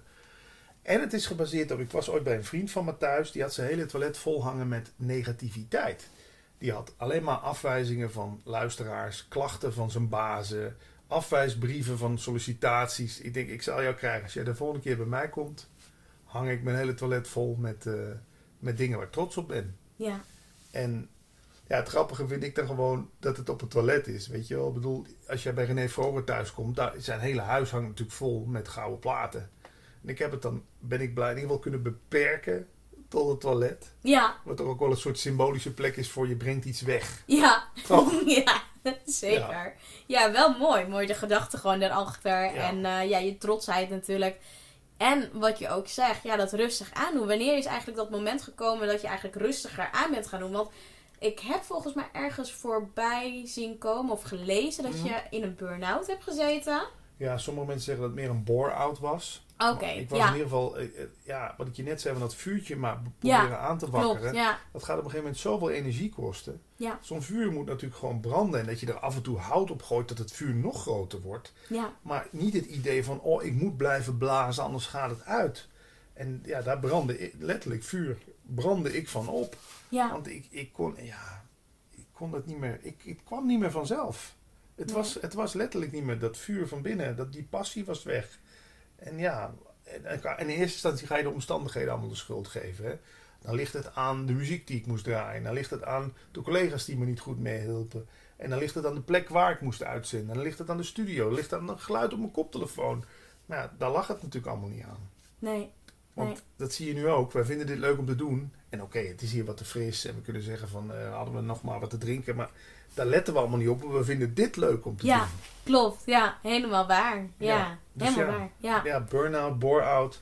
En het is gebaseerd op... Ik was ooit bij een vriend van me thuis. Die had zijn hele toilet vol hangen met negativiteit. Die had alleen maar afwijzingen van luisteraars. Klachten van zijn bazen. Afwijsbrieven van sollicitaties. Ik denk, ik zal jou krijgen. Als jij de volgende keer bij mij komt... hang ik mijn hele toilet vol met, uh, met dingen waar ik trots op ben. Ja. En ja, het grappige vind ik dan gewoon dat het op het toilet is. Weet je wel? Ik bedoel, als jij bij René Vroger thuis komt... Daar, zijn hele huis hangt natuurlijk vol met gouden platen. En ik heb het dan, ben ik blij, in ieder geval kunnen beperken tot het toilet. Ja. Wat er ook wel een soort symbolische plek is voor je brengt iets weg. Ja. Toch? Ja, zeker. Ja. ja, wel mooi. Mooi de gedachte gewoon daarachter. Ja. En uh, ja, je trotsheid natuurlijk. En wat je ook zegt, ja, dat rustig aandoen. Wanneer is eigenlijk dat moment gekomen dat je eigenlijk rustiger aan bent gaan doen? Want ik heb volgens mij ergens voorbij zien komen of gelezen dat mm. je in een burn-out hebt gezeten. Ja, sommige mensen zeggen dat het meer een bore-out was. Oké, okay, ik was ja. in ieder geval, ja, wat ik je net zei, van dat vuurtje maar proberen ja, aan te wakkeren. Klopt, ja. Dat gaat op een gegeven moment zoveel energie kosten. Ja. Zo'n vuur moet natuurlijk gewoon branden. En dat je er af en toe hout op gooit, dat het vuur nog groter wordt. Ja. Maar niet het idee van, oh, ik moet blijven blazen, anders gaat het uit. En ja, daar brandde ik, letterlijk vuur, brandde ik van op. Ja. Want ik, ik kon, ja, ik kon het niet meer, ik, het kwam niet meer vanzelf. Het, nee. was, het was letterlijk niet meer dat vuur van binnen, dat, die passie was weg. En ja, en, en in eerste instantie ga je de omstandigheden allemaal de schuld geven. Hè? Dan ligt het aan de muziek die ik moest draaien. Dan ligt het aan de collega's die me niet goed meehielpen. En dan ligt het aan de plek waar ik moest uitzenden. En dan ligt het aan de studio. Dan ligt het aan het geluid op mijn koptelefoon. Maar ja, daar lag het natuurlijk allemaal niet aan. Nee. Want Nee. dat zie je nu ook. Wij vinden dit leuk om te doen. En oké, okay, het is hier wat te fris. En we kunnen zeggen van, uh, hadden we nog maar wat te drinken. Maar daar letten we allemaal niet op. We vinden dit leuk om te Ja, doen. klopt. Ja, helemaal waar. Ja, Ja, dus helemaal ja. waar. Ja. Ja, burn-out, bore-out.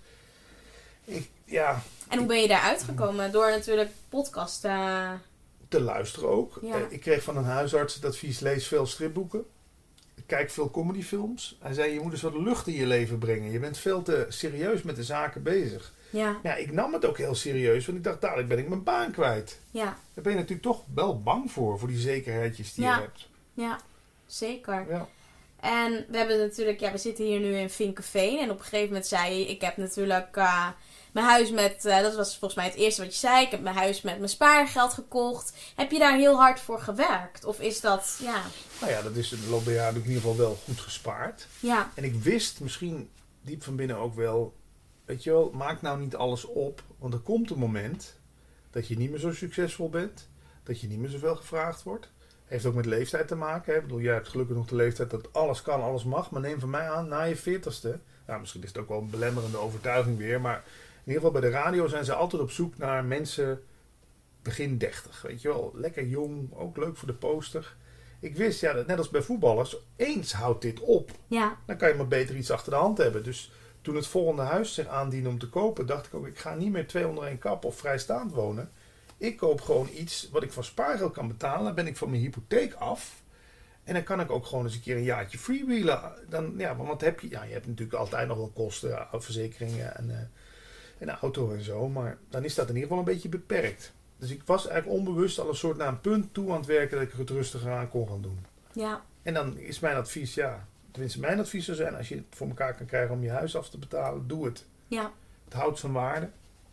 Ik, ja, En hoe ben je daar uitgekomen? Door natuurlijk podcast. Uh... te luisteren ook. Ja. Uh, ik kreeg van een huisarts het advies, lees veel stripboeken. Kijk veel comedyfilms. Hij zei, je moet eens wat lucht in je leven brengen. Je bent veel te serieus met de zaken bezig. Ja. Ja, ik nam het ook heel serieus. Want ik dacht, dadelijk ben ik mijn baan kwijt. Ja. Daar ben je natuurlijk toch wel bang voor. Voor die zekerheidjes die Ja. je hebt. Ja, zeker. Ja. En we hebben natuurlijk, ja, we zitten hier nu in Vinkeveen. En op een gegeven moment zei je, ik heb natuurlijk uh, mijn huis met, uh, dat was volgens mij het eerste wat je zei. Ik heb mijn huis met mijn spaargeld gekocht. Heb je daar heel hard voor gewerkt? Of is dat, ja... Nou ja, dat is de loop der jaren in ieder geval wel goed gespaard. Ja. En ik wist misschien diep van binnen ook wel, weet je wel, maak nou niet alles op. Want er komt een moment dat je niet meer zo succesvol bent. Dat je niet meer zoveel gevraagd wordt. Heeft ook met leeftijd te maken. Hè? Ik bedoel, jij hebt gelukkig nog de leeftijd dat alles kan, alles mag. Maar neem van mij aan, na je veertigste. Nou, misschien is het ook wel een belemmerende overtuiging weer. Maar in ieder geval bij de radio zijn ze altijd op zoek naar mensen begin dertig. Weet je wel, lekker jong, ook leuk voor de poster. Ik wist, ja, dat net als bij voetballers, eens houdt dit op. Ja. Dan kan je maar beter iets achter de hand hebben. Dus toen het volgende huis zich aandiende om te kopen, dacht ik ook, ik ga niet meer twee onder één kap of vrijstaand wonen. Ik koop gewoon iets wat ik van spaargeld kan betalen. Dan ben ik van mijn hypotheek af. En dan kan ik ook gewoon eens een keer een jaartje freewheelen. Dan, ja, want wat heb je? Ja, je hebt natuurlijk altijd nog wel kosten, verzekeringen en, uh, en een auto en zo. Maar dan is dat in ieder geval een beetje beperkt. Dus ik was eigenlijk onbewust al een soort naar een punt toe aan het werken dat ik het rustiger aan kon gaan doen. Ja. En dan is mijn advies, ja, tenminste mijn advies zou zijn, als je het voor elkaar kan krijgen om je huis af te betalen, doe het. Ja. Het houdt zijn waarde.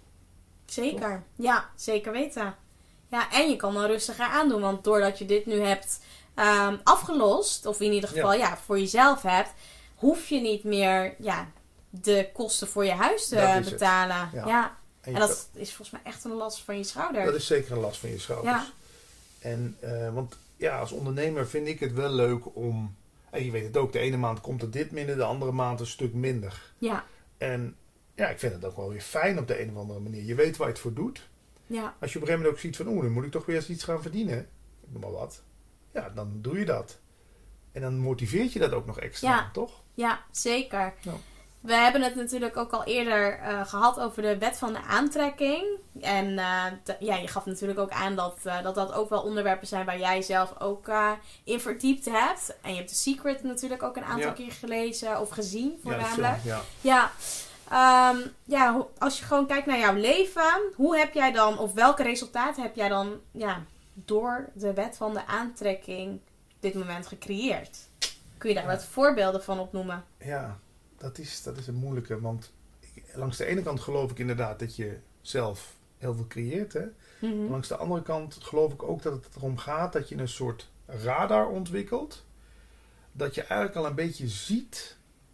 Zeker. Toch? Ja, zeker weten. Ja, en je kan dan rustiger aandoen. Want doordat je dit nu hebt um, afgelost, of in ieder geval ja. ja, voor jezelf hebt, hoef je niet meer ja, de kosten voor je huis te betalen. Ja. ja. En, en dat kan... is volgens mij echt een last van je schouder. Dat is zeker een last van je schouders. Ja. En, uh, want ja, als ondernemer vind ik het wel leuk om, en je weet het ook, de ene maand komt er dit minder, de andere maand een stuk minder. Ja. En ja, ik vind het ook wel weer fijn op de een of andere manier. Je weet waar je het voor doet. Ja. Als je op een gegeven moment ook ziet van, oeh, dan moet ik toch weer eens iets gaan verdienen. Ik noem maar wat. Ja, dan doe je dat. En dan motiveert je dat ook nog extra, ja. toch? Ja, zeker. Ja. We hebben het natuurlijk ook al eerder uh, gehad over de wet van de aantrekking. En uh, t- ja, je gaf natuurlijk ook aan dat, uh, dat dat ook wel onderwerpen zijn waar jij zelf ook uh, in verdiept hebt. En je hebt The Secret natuurlijk ook een aantal ja. keer gelezen of gezien voornamelijk. Ja, ja. ja. Um, ja, als je gewoon kijkt naar jouw leven, hoe heb jij dan, of welke resultaten heb jij dan ja, door de wet van de aantrekking op dit moment gecreëerd? Kun je daar ja. wat voorbeelden van opnoemen? Ja, dat is, dat is een moeilijke, want ik, langs de ene kant geloof ik inderdaad dat je zelf heel veel creëert. Hè? Mm-hmm. Langs de andere kant geloof ik ook dat het erom gaat dat je een soort radar ontwikkelt. Dat je eigenlijk al een beetje ziet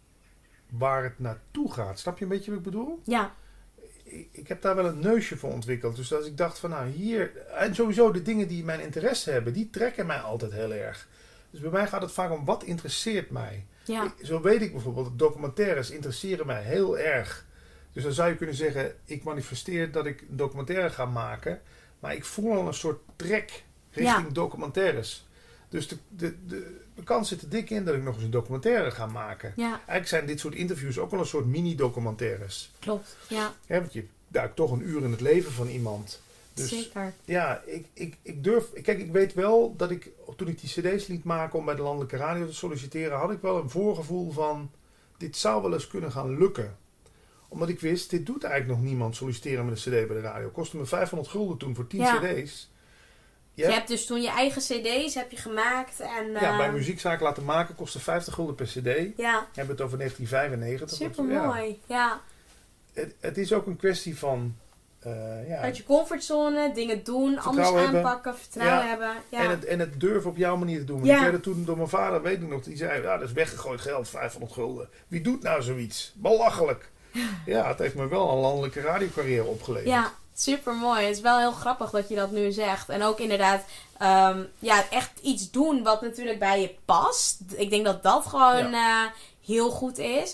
waar het naartoe gaat. Snap je een beetje wat ik bedoel? Ja. Ik, ik heb daar wel een neusje voor ontwikkeld. Dus als ik dacht van nou hier... En sowieso de dingen die mijn interesse hebben, die trekken mij altijd heel erg. Dus bij mij gaat het vaak om wat interesseert mij. Ja. Ik, zo weet ik bijvoorbeeld, documentaires interesseren mij heel erg. Dus dan zou je kunnen zeggen, ik manifesteer dat ik een documentaire ga maken. Maar ik voel al een soort trek richting ja. documentaires. Dus de, de, de, de kans zit er dik in dat ik nog eens een documentaire ga maken. Ja. Eigenlijk zijn dit soort interviews ook wel een soort mini-documentaires. Klopt, ja. Ja, want je duikt toch een uur in het leven van iemand. Dus, zeker. Ja, ik, ik, ik durf... Kijk, ik weet wel dat ik, toen ik die cd's liet maken om bij de landelijke radio te solliciteren, had ik wel een voorgevoel van, dit zou wel eens kunnen gaan lukken. Omdat ik wist, dit doet eigenlijk nog niemand solliciteren met een cd bij de radio. Kostte me vijfhonderd gulden toen voor tien ja. cd's. Je hebt, je hebt dus toen je eigen cd's heb je gemaakt. En, ja, uh... bij een muziekzaak laten maken kostte vijftig gulden per cd. Ja. We hebben het over negentien vijfennegentig. Super mooi, ja. ja. Het, het is ook een kwestie van... Uh, ja, uit je comfortzone, dingen doen, anders hebben. aanpakken, vertrouwen ja. hebben. Ja. En, het, en het durven op jouw manier te doen. Ja. Ik werd het toen door mijn vader, weet ik nog, die zei, ja, dat is weggegooid geld, vijfhonderd gulden. Wie doet nou zoiets? Belachelijk. Ja, het heeft me wel een landelijke radiocarrière opgeleverd. Ja, super mooi. Het is wel heel grappig dat je dat nu zegt. En ook inderdaad, um, ja, echt iets doen wat natuurlijk bij je past. Ik denk dat dat gewoon ja. uh, heel goed is.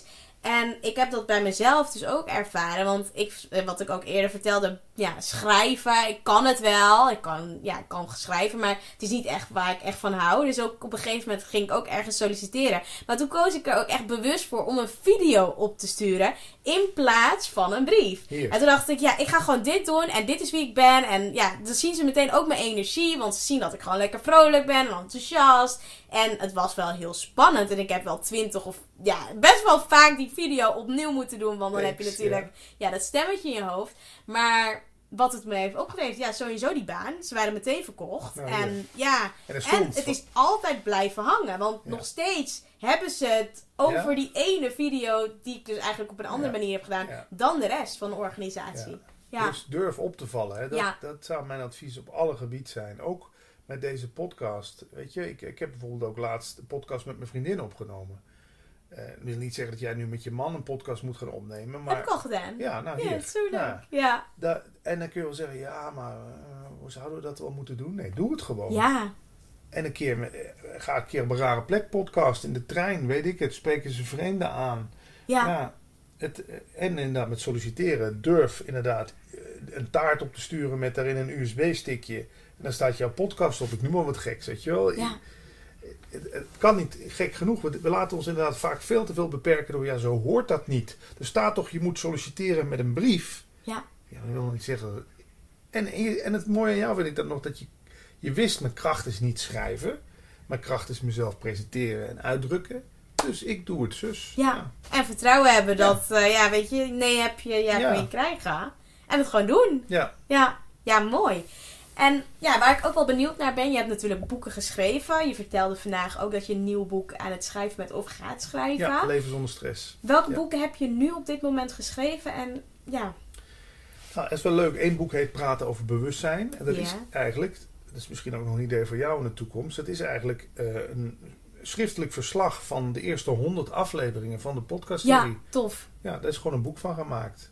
En ik heb dat bij mezelf dus ook ervaren. Want ik, wat ik ook eerder vertelde, ja, schrijven. Ik kan het wel. Ik kan, ja, ik kan schrijven, maar het is niet echt waar ik echt van hou. Dus ook op een gegeven moment ging ik ook ergens solliciteren. Maar toen koos ik er ook echt bewust voor om een video op te sturen in plaats van een brief. Hier. En toen dacht ik, ja, ik ga gewoon dit doen en dit is wie ik ben. En ja, dan zien ze meteen ook mijn energie. Want ze zien dat ik gewoon lekker vrolijk ben en enthousiast. En het was wel heel spannend. En ik heb wel twintig of ja, best wel vaak die video opnieuw moeten doen. Want dan Thanks, heb je natuurlijk ja. ja, dat stemmetje in je hoofd. Maar wat het me heeft opgeleverd, ja, sowieso die baan. Ze waren meteen verkocht. Nou, en ja, En, er en stond- het is altijd blijven hangen. Want Ja. nog steeds hebben ze het over Ja. die ene video die ik dus eigenlijk op een andere Ja. manier heb gedaan. Ja. Dan de rest van de organisatie. Ja. Ja. Dus durf op te vallen. Hè? Dat, Ja. dat zou mijn advies op alle gebieden zijn. Ook met deze podcast. Weet je, ik, ik heb bijvoorbeeld ook laatst een podcast met mijn vriendin opgenomen. Eh, ik wil niet zeggen dat jij nu met je man een podcast moet gaan opnemen. Maar Heb ik al gedaan. ja, nou Ja, hier. dat is zo leuk. Ja, Ja. da- en dan kun je wel zeggen, ja, maar eh, hoe zouden we dat wel moeten doen? Nee, doe het gewoon. Ja. En een keer, met- eh, ga een keer op een rare plek podcast in de trein, weet ik het. Spreken ze vreemden aan. Ja. Ja, het, en inderdaad met solliciteren. Durf inderdaad eh, een taart op te sturen met daarin een U S B-stickje. En dan staat jouw podcast op. Ik noem maar wat geks, weet je wel. Ja. Het, het kan niet gek genoeg. We, we laten ons inderdaad vaak veel te veel beperken door, ja, zo hoort dat niet. Er staat toch, je moet solliciteren met een brief. Ja. Ja, dat wil niet zeggen. En, en, je- en het mooie aan jou vind ik dat nog, dat je, je wist, mijn kracht is niet schrijven. Mijn kracht is mezelf presenteren en uitdrukken. Dus ik doe het, zus. Ja. En vertrouwen hebben Ja. dat, eh, ja, weet je, nee heb je, ja, Ja. kun je krijgen. En het gewoon doen. Ja. Ja, ja, mooi. En ja, waar ik ook wel benieuwd naar ben, je hebt natuurlijk boeken geschreven. Je vertelde vandaag ook dat je een nieuw boek aan het schrijven bent of gaat schrijven. Ja, leven zonder stress. Welke Ja. boeken heb je nu op dit moment geschreven? En ja, Nou, dat is wel leuk. Eén boek heet Praten over bewustzijn. En dat Ja. is eigenlijk, dat is misschien ook nog een idee voor jou in de toekomst. Dat is eigenlijk eh, een schriftelijk verslag van de eerste honderd afleveringen van de podcastserie. ja, tof. Ja, daar is gewoon een boek van gemaakt.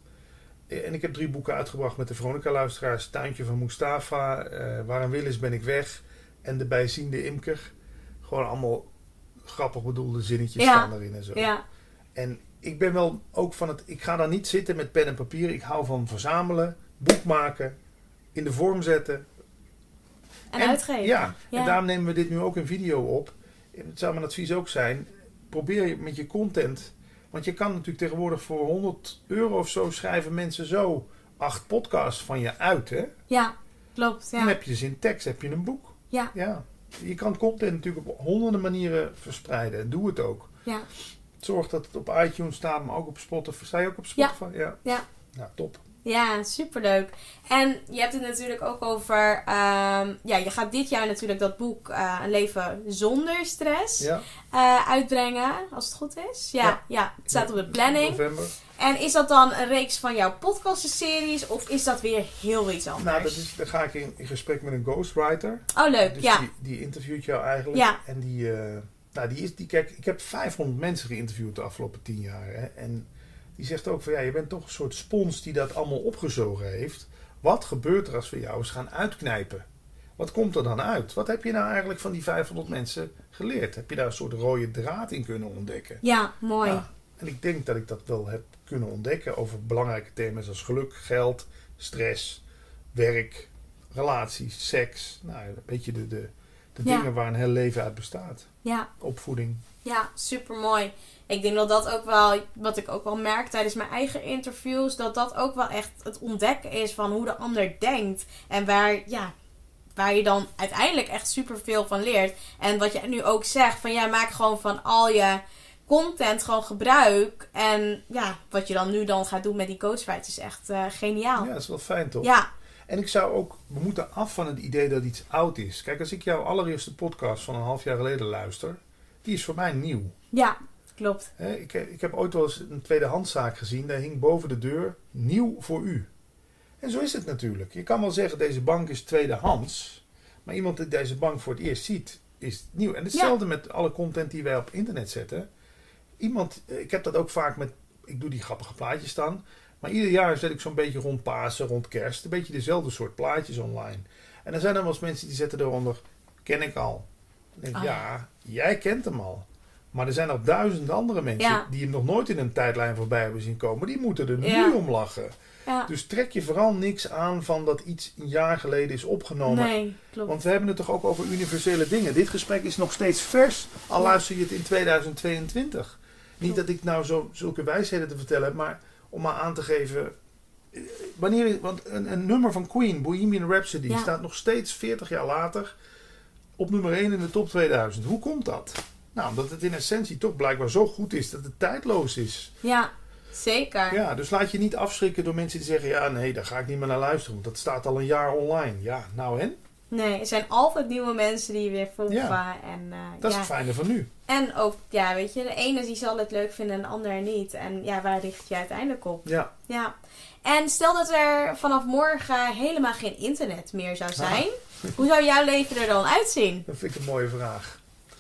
En ik heb drie boeken uitgebracht met de Veronica-luisteraars. Tuintje van Mustafa, eh, Waar een wil is ben ik weg. En De bijziende imker. Gewoon allemaal grappig bedoelde zinnetjes Ja. staan erin en zo. Ja, En ik ben wel ook van het... Ik ga daar niet zitten met pen en papier. Ik hou van verzamelen, boek maken, in de vorm zetten. en, uitgeven. Ja, Ja. en daarom nemen we dit nu ook in video op. Het zou mijn advies ook zijn, probeer je met je content... Want je kan natuurlijk tegenwoordig voor honderd euro of zo schrijven mensen zo acht podcasts van je uit, hè? Ja, klopt. Dan Ja. heb je dus in tekst, heb je een boek. Ja. Ja. Je kan content natuurlijk op honderden manieren verspreiden. En doe het ook. Ja. Zorg dat het op iTunes staat, maar ook op Spotify. Sta je ook op Spotify? Ja. Ja. Nou, top. Ja, superleuk. En je hebt het natuurlijk ook over... ehm, ja, je gaat dit jaar natuurlijk dat boek eh, Een leven zonder stress Ja. eh, uitbrengen, als het goed is. Ja, ja. Ja. het staat op de planning. November. En is dat dan een reeks van jouw podcastseries of is dat weer heel iets anders? Nou, dat is, dan ga ik in, in gesprek met een ghostwriter. Oh, leuk. Dus ja. die, die interviewt jou eigenlijk. Ja. En die, eh, nou, die is, die, kijk, ik heb vijfhonderd mensen geïnterviewd de afgelopen tien jaar. Hè, en die zegt ook van, ja, je bent toch een soort spons die dat allemaal opgezogen heeft. Wat gebeurt er als we jou eens gaan uitknijpen? Wat komt er dan uit? Wat heb je nou eigenlijk van die vijfhonderd mensen geleerd? Heb je daar een soort rode draad in kunnen ontdekken? Ja, mooi. Ja, en ik denk dat ik dat wel heb kunnen ontdekken over belangrijke thema's als geluk, geld, stress, werk, relaties, seks. Nou, een beetje de, de, de Ja. dingen waar een heel leven uit bestaat. Ja. Opvoeding. Ja, super mooi. Ik denk dat dat ook wel, wat ik ook wel merk tijdens mijn eigen interviews, dat dat ook wel echt het ontdekken is van hoe de ander denkt. En waar, ja, waar je dan uiteindelijk echt super veel van leert. En wat je nu ook zegt, van ja, maak gewoon van al je content gewoon gebruik. En ja, wat je dan nu dan gaat doen met die ghostwriters is echt uh, geniaal. Ja, dat is wel fijn toch? Ja, En ik zou ook, we moeten af van het idee dat iets oud is. Kijk, als ik jouw allereerste podcast van een half jaar geleden luister, die is voor mij nieuw. ja, klopt. Hè, ik, ik heb ooit wel eens een tweedehandszaak gezien, daar hing boven de deur, nieuw voor u. En zo is het natuurlijk. Je kan wel zeggen, deze bank is tweedehands, maar iemand die deze bank voor het eerst ziet, is nieuw. En hetzelfde ja. met alle content die wij op internet zetten. Iemand, ik heb dat ook vaak met, ik doe die grappige plaatjes dan, maar ieder jaar zet ik zo'n beetje rond Pasen, rond Kerst, een beetje dezelfde soort plaatjes online. En dan zijn er wel eens mensen die zetten eronder, ken ik al. Dan denk ik, oh, ja, jij kent hem al. Maar er zijn nog duizenden andere mensen Ja. die hem nog nooit in een tijdlijn voorbij hebben zien komen. Die moeten er nu Ja. om lachen. Ja. Dus trek je vooral niks aan van dat iets een jaar geleden is opgenomen. Nee, klopt. Want we hebben het toch ook over universele dingen. Dit gesprek is nog steeds vers, al Ja. luister je het in tweeduizend tweeëntwintig. Niet dat ik nou zo, zulke wijsheden te vertellen heb, maar om maar aan te geven... eh, Wanneer, want een, een nummer van Queen, Bohemian Rhapsody, Ja. staat nog steeds veertig jaar later op nummer één in de top tweeduizend. Hoe komt dat? Nou, omdat het in essentie toch blijkbaar zo goed is dat het tijdloos is. Ja, zeker. Ja, dus laat je niet afschrikken door mensen die zeggen... ja, nee, daar ga ik niet meer naar luisteren, want dat staat al een jaar online. Ja, nou en? Nee, er zijn altijd nieuwe mensen die je weer volgen. Ja. En, uh, Dat ja. is het fijne van nu. En ook, ja, weet je, de ene die zal het leuk vinden en de ander niet. En ja, waar richt je uiteindelijk op? Ja. Ja. En stel dat er vanaf morgen helemaal geen internet meer zou zijn. Ah. Hoe zou jouw leven er dan uitzien? Dat vind ik een mooie vraag.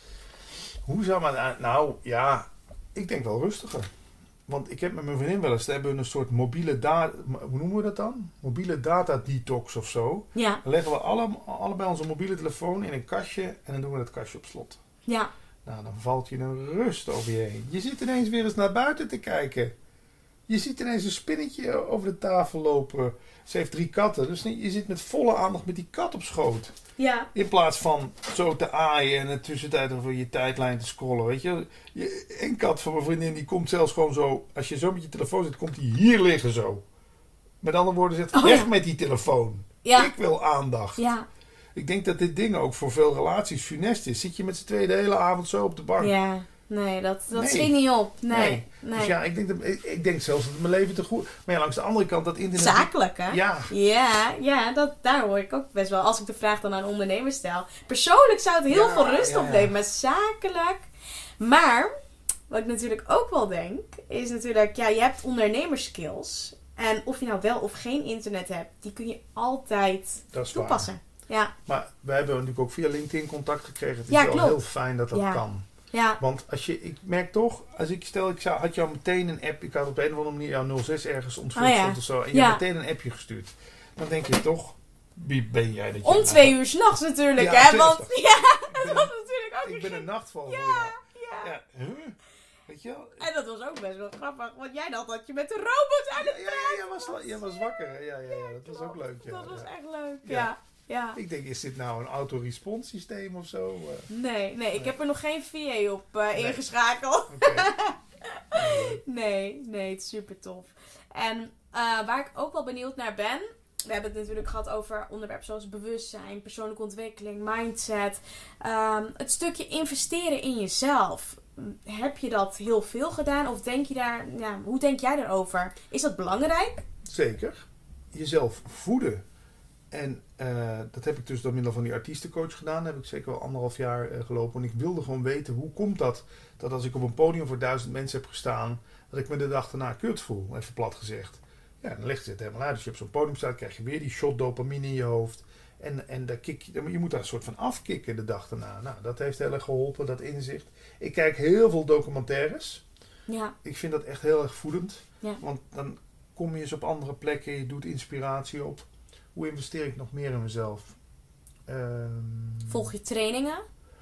Hoe zou maar... Nou, ja, ik denk wel rustiger. Want ik heb met mijn vriendin wel eens... We hebben een soort mobiele data... Hoe noemen we dat dan? Mobiele data detox of zo. Ja, Dan leggen we alle, allebei onze mobiele telefoon in een kastje... en dan doen we dat kastje op slot. ja, Nou, dan valt je een rust over je heen. Je zit ineens weer eens naar buiten te kijken. Je ziet ineens een spinnetje over de tafel lopen. Ze heeft drie katten, dus je zit met volle aandacht met die kat op schoot. ja. In plaats van zo te aaien en in de tussentijd over je tijdlijn te scrollen, weet je. je. Een kat van mijn vriendin, die komt zelfs gewoon zo... Als je zo met je telefoon zit, komt die hier liggen zo. Met andere woorden, zegt Oh, weg ja. met die telefoon. Ja. Ik wil aandacht. Ja, Ik denk dat dit ding ook voor veel relaties funest is. Zit je met z'n tweeën de hele avond zo op de bank. ja. Nee, dat, dat Nee. schiet niet op. Nee, Nee. nee. Dus ja, ik denk, dat, ik, ik denk zelfs dat mijn leven te goed... Maar ja, langs de andere kant, dat internet... Zakelijk, hè? Ja, Ja, ja dat, daar hoor ik ook best wel. Als ik de vraag dan aan ondernemers stel. Persoonlijk zou het heel Ja, veel rust ja, ja. opleveren, maar zakelijk. Maar, wat ik natuurlijk ook wel denk, is natuurlijk, ja, je hebt ondernemerskills. En of je nou wel of geen internet hebt, die kun je altijd dat is waar. toepassen. Ja, Maar wij hebben natuurlijk ook via LinkedIn contact gekregen. Het is Ja, wel klopt. heel fijn dat dat Ja. kan. ja, Want als je, ik merk toch, als ik stel, ik zou, had jou meteen een app, ik had op een of andere manier jouw nul zes ergens ontvuld Oh ja. stond of zo, en je Ja. hebt meteen een appje gestuurd. Dan denk je toch, wie ben jij dat je... om twee uur s'nachts natuurlijk, Ja, hè? tuurlijk. Want ja, Ik ben dat een, was natuurlijk ook ik ben een een nachtvogel. Ja, Ja. ja. Ja, huh? Weet je wel? En dat was ook best wel grappig, want jij dacht dat je met de robot aan Ja, het ja, ja, jij was, jij was wakker. hè? Ja, ja, ja, dat was ook leuk. Ja, Dat was ja. echt leuk, Ja. ja. ja. Ik denk, is dit nou een auto-response systeem of zo? Eh, Nee, nee, ik Nee. heb er nog geen V A op eh, Nee. ingeschakeld. Oké. Nee. Nee, nee, het is super tof. En eh, waar ik ook wel benieuwd naar ben. We hebben het natuurlijk gehad over onderwerpen zoals bewustzijn, persoonlijke ontwikkeling, mindset. Ehm, het stukje investeren in jezelf. Heb je dat heel veel gedaan? Of denk je daar, ja, hoe denk jij daarover? Is dat belangrijk? Zeker. Jezelf voeden. En eh, dat heb ik dus door middel van die artiestencoach gedaan. Dat heb ik zeker wel anderhalf jaar eh, gelopen. En ik wilde gewoon weten, hoe komt dat? Dat als ik op een podium voor duizend mensen heb gestaan, dat ik me de dag daarna kut voel. Even plat gezegd. Ja, dan legt het helemaal uit. Als je op zo'n podium staat, krijg je weer die shot dopamine in je hoofd. En, en daar kick je, je moet daar een soort van afkicken de dag daarna. Nou, dat heeft heel erg geholpen, dat inzicht. Ik kijk heel veel documentaires. Ja, Ik vind dat echt heel erg voedend. Ja. Want dan kom je eens op andere plekken, je doet inspiratie op. Hoe investeer ik nog meer in mezelf? Ehm, volg je trainingen?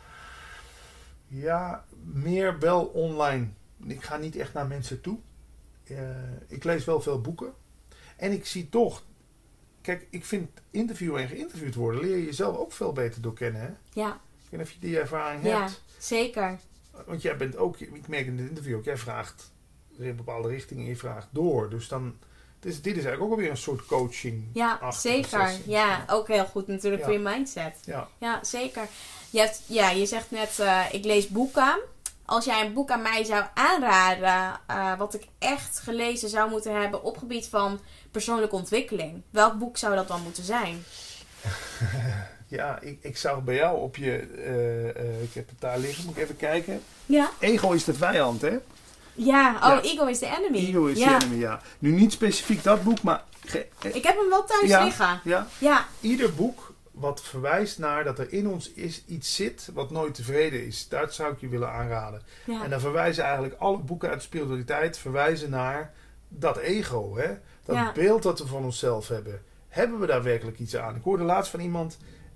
Ja, meer wel online. Ik ga niet echt naar mensen toe. Uh, ik lees wel veel boeken. En ik zie toch... Kijk, ik vind interviewen en geïnterviewd worden, leer je jezelf ook veel beter door kennen. Hè? Ja, Ik weet niet of je die ervaring ja, hebt. zeker. Want jij bent ook... Ik merk in dit interview ook, jij vraagt in een bepaalde richting en je vraagt door. Dus dan... Dus dit is eigenlijk ook alweer een soort coaching. Ja, zeker. Ja, ook heel goed natuurlijk Ja. voor je mindset. Ja. Ja, zeker. Je, hebt, ja, je zegt net, uh, ik lees boeken. Als jij een boek aan mij zou aanraden, uh, wat ik echt gelezen zou moeten hebben op gebied van persoonlijke ontwikkeling. Welk boek zou dat dan moeten zijn? Ja, ik, ik zou bij jou op je... Uh, uh, ik heb het daar liggen, moet ik even kijken. Ja. Ego is de vijand, hè? Ja, oh, Ja. Ego is the enemy. Ego is ja. the enemy, ja. Nu niet specifiek dat boek, maar... Ge, eh, Ik heb hem wel thuis ja, liggen. Ja. Ja. Ieder boek wat verwijst naar dat er in ons is, iets zit wat nooit tevreden is. Dat zou ik je willen aanraden. Ja. En dan verwijzen eigenlijk alle boeken uit de spiritualiteit verwijzen naar dat ego, hè? Dat Ja. beeld dat we van onszelf hebben. Hebben we daar werkelijk iets aan? Ik hoorde laatst van iemand,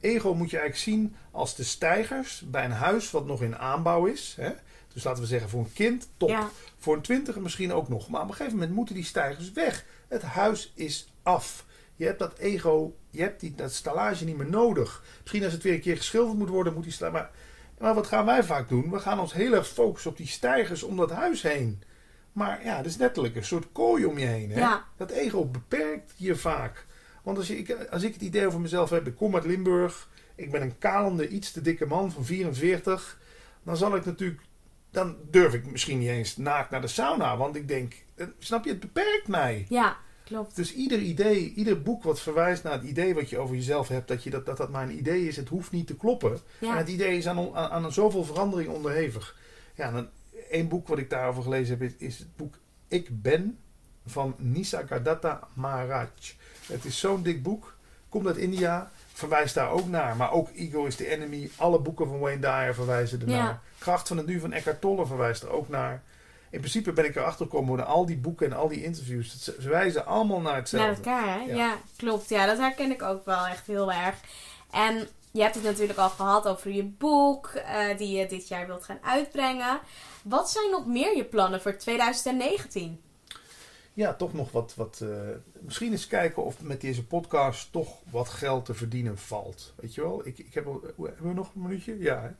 ego moet je eigenlijk zien als de steigers bij een huis wat nog in aanbouw is. Hè? Dus laten we zeggen voor een kind, top. Ja. Voor een twintiger misschien ook nog. Maar op een gegeven moment moeten die steigers weg. Het huis is af. Je hebt dat ego, je hebt die, dat stallage niet meer nodig. Misschien als het weer een keer geschilderd moet worden, moet die stallage... Maar, maar wat gaan wij vaak doen? We gaan ons heel erg focussen op die steigers om dat huis heen. Maar ja, dat is letterlijk een soort kooi om je heen. Hè? Ja. Dat ego beperkt je vaak. Want als, je, ik, als ik het idee over mezelf heb, ik kom uit Limburg. Ik ben een kalende, iets te dikke man van vierenveertig. Dan zal ik natuurlijk... Dan durf ik misschien niet eens naakt naar de sauna. Want ik denk, snap je, het beperkt mij. Ja, klopt. Dus ieder idee, ieder boek wat verwijst naar het idee wat je over jezelf hebt. Dat je dat, dat, dat maar een idee is, het hoeft niet te kloppen. Ja. En het idee is aan, aan, aan zoveel verandering onderhevig. Ja, dan, één boek wat ik daarover gelezen heb is, is het boek Ik Ben van Nisargadatta Maharaj. Het is zo'n dik boek. Komt uit India. Verwijst daar ook naar. Maar ook Ego is the Enemy. Alle boeken van Wayne Dyer verwijzen ernaar. Ja. Kracht van het Nu van Eckhart Tolle verwijst er ook naar. In principe ben ik erachter gekomen door al die boeken en al die interviews. Ze wijzen allemaal naar hetzelfde. Naar elkaar, hè? Ja. Ja. klopt. Ja, dat herken ik ook wel echt heel erg. En je hebt het natuurlijk al gehad over je boek, uh, die je dit jaar wilt gaan uitbrengen. Wat zijn nog meer je plannen voor twintig negentien? Ja, toch nog wat... wat uh, misschien eens kijken of met deze podcast toch wat geld te verdienen valt. Weet je wel? Ik, ik heb al, hebben we nog een minuutje? Ja.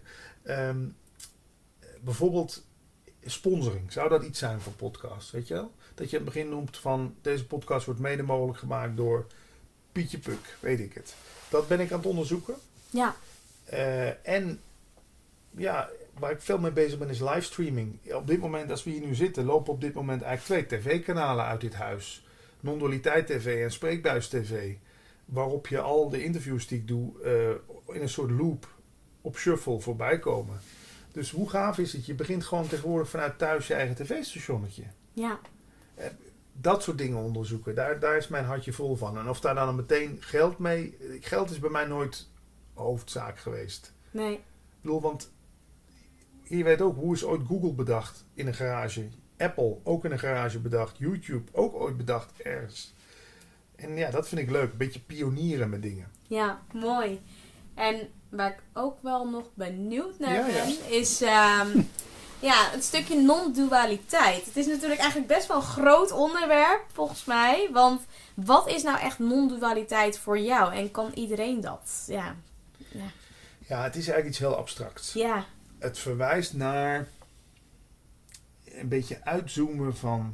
um, bijvoorbeeld sponsoring. Zou dat iets zijn voor podcasts? Weet je wel? Dat je aan het begin noemt van... Deze podcast wordt mede mogelijk gemaakt door Pietje Puk. Weet ik het. Dat ben ik aan het onderzoeken. Ja. Uh, en ja... Waar ik veel mee bezig ben is livestreaming. Op dit moment, als we hier nu zitten, lopen op dit moment eigenlijk twee tv-kanalen uit dit huis. Non-dualiteit T V en Spreekbuis T V. Waarop je al de interviews die ik doe uh, in een soort loop op shuffle voorbij komen. Dus hoe gaaf is het? Je begint gewoon tegenwoordig vanuit thuis je eigen tv-stationnetje. Ja. Uh, dat soort dingen onderzoeken. Daar, daar is mijn hartje vol van. En of daar dan meteen geld mee... Geld is bij mij nooit hoofdzaak geweest. Nee. Ik bedoel, want... Je weet ook, hoe is ooit Google bedacht in een garage? Apple ook in een garage bedacht. YouTube ook ooit bedacht ergens. En ja, dat vind ik leuk. Een beetje pionieren met dingen. Ja, mooi. En waar ik ook wel nog benieuwd naar ja, ben, ja. is um, ja, het stukje non-dualiteit. Het is natuurlijk eigenlijk best wel een groot onderwerp, volgens mij. Want wat is nou echt non-dualiteit voor jou? En kan iedereen dat? Ja, ja. ja het is eigenlijk iets heel abstracts. Ja. Het verwijst naar een beetje uitzoomen van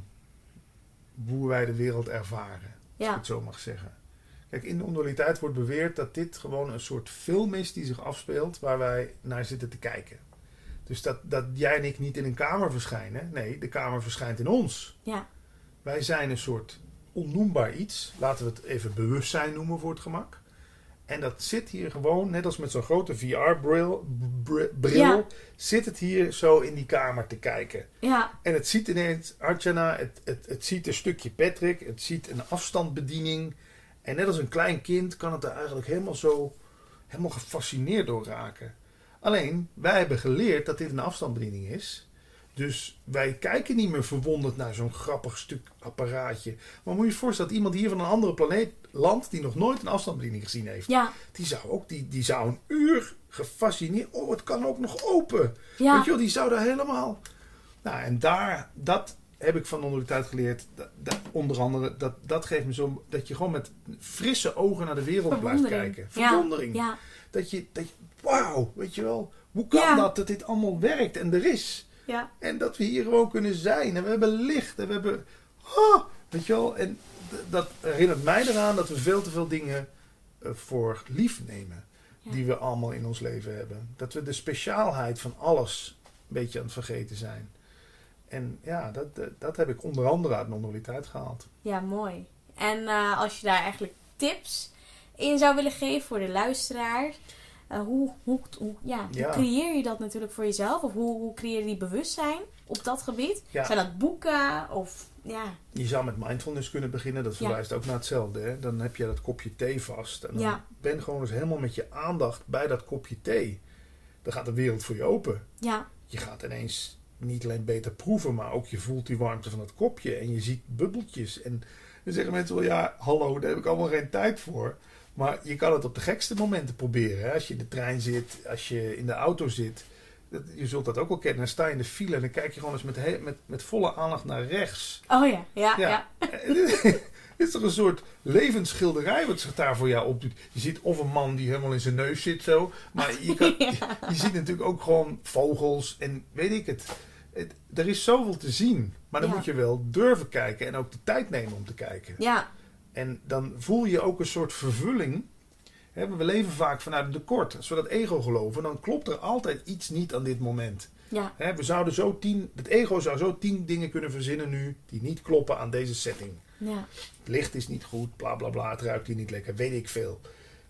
hoe wij de wereld ervaren. Ja. Als ik het zo mag zeggen. Kijk, in de non-dualiteit wordt beweerd dat dit gewoon een soort film is die zich afspeelt waar wij naar zitten te kijken. Dus dat, dat jij en ik niet in een kamer verschijnen. Nee, de kamer verschijnt in ons. Ja. Wij zijn een soort onnoembaar iets. Laten we het even bewustzijn noemen voor het gemak. En dat zit hier gewoon, net als met zo'n grote V R-bril, bril, Ja. zit het hier zo in die kamer te kijken. Ja. En het ziet ineens, Archana, het, het, het ziet een stukje Patrick, het ziet een afstandsbediening. En net als een klein kind kan het er eigenlijk helemaal zo, helemaal gefascineerd door raken. Alleen, wij hebben geleerd dat dit een afstandsbediening is. Dus wij kijken niet meer verwonderd naar zo'n grappig stuk apparaatje. Maar moet je je voorstellen dat iemand hier van een andere planeet landt die nog nooit een afstandsbediening gezien heeft. Ja. Die zou ook, die, die zou een uur gefascineerd. Oh, het kan ook nog open. Ja. Weet je wel, die zou daar helemaal... Nou, en daar, dat heb ik van non-dualiteit geleerd. Dat, dat, onder andere, dat, dat geeft me zo... Dat je gewoon met frisse ogen naar de wereld blijft kijken. Verwondering. Ja. Ja. Dat je, dat je wauw, weet je wel. Hoe kan Ja. dat, dat dit allemaal werkt en er is? Ja. En dat we hier gewoon kunnen zijn. En we hebben licht. En we hebben... Oh, weet je wel. En d- dat herinnert mij eraan dat we veel te veel dingen uh, voor lief nemen. Ja. Die we allemaal in ons leven hebben. Dat we de speciaalheid van alles een beetje aan het vergeten zijn. En ja, dat, dat, dat heb ik onder andere uit non-dualiteit gehaald. Ja, mooi. En uh, als je daar eigenlijk tips in zou willen geven voor de luisteraar... Uh, hoe, hoe, hoe, ja, Ja. hoe creëer je dat natuurlijk voor jezelf? Of hoe, hoe creëer je die bewustzijn op dat gebied? Ja. Zijn dat boeken? Of ja... Je zou met mindfulness kunnen beginnen. Dat verwijst ook naar hetzelfde. Hè? Dan heb je dat kopje thee vast. En dan Ja. ben gewoon eens helemaal met je aandacht bij dat kopje thee. Dan gaat de wereld voor je open. Ja. Je gaat ineens niet alleen beter proeven, maar ook je voelt die warmte van het kopje. En je ziet bubbeltjes. En dan zeggen mensen wel, ja, hallo, daar heb ik allemaal geen tijd voor. Maar je kan het op de gekste momenten proberen. Hè? Als je in de trein zit, als je in de auto zit. Dat, je zult dat ook wel kennen. Dan sta je in de file en dan kijk je gewoon eens met, he- met, met volle aandacht naar rechts. Oh ja, ja, ja. Ja. Dit is toch een soort levensschilderij wat zich daar voor jou opdoet. Je ziet of een man die helemaal in zijn neus zit zo. Maar je, kan, Ja. je, je ziet natuurlijk ook gewoon vogels en weet ik het. het er is zoveel te zien. Maar dan Ja. moet je wel durven kijken en ook de tijd nemen om te kijken. Ja, En dan voel je ook een soort vervulling. Hè, we leven vaak vanuit een tekort. Als we dat ego geloven, dan klopt er altijd iets niet aan dit moment. ja, Hè, we zouden zo tien, het ego zou zo tien dingen kunnen verzinnen nu die niet kloppen aan deze setting. ja. Het licht is niet goed, bla bla bla, het ruikt hier niet lekker, weet ik veel.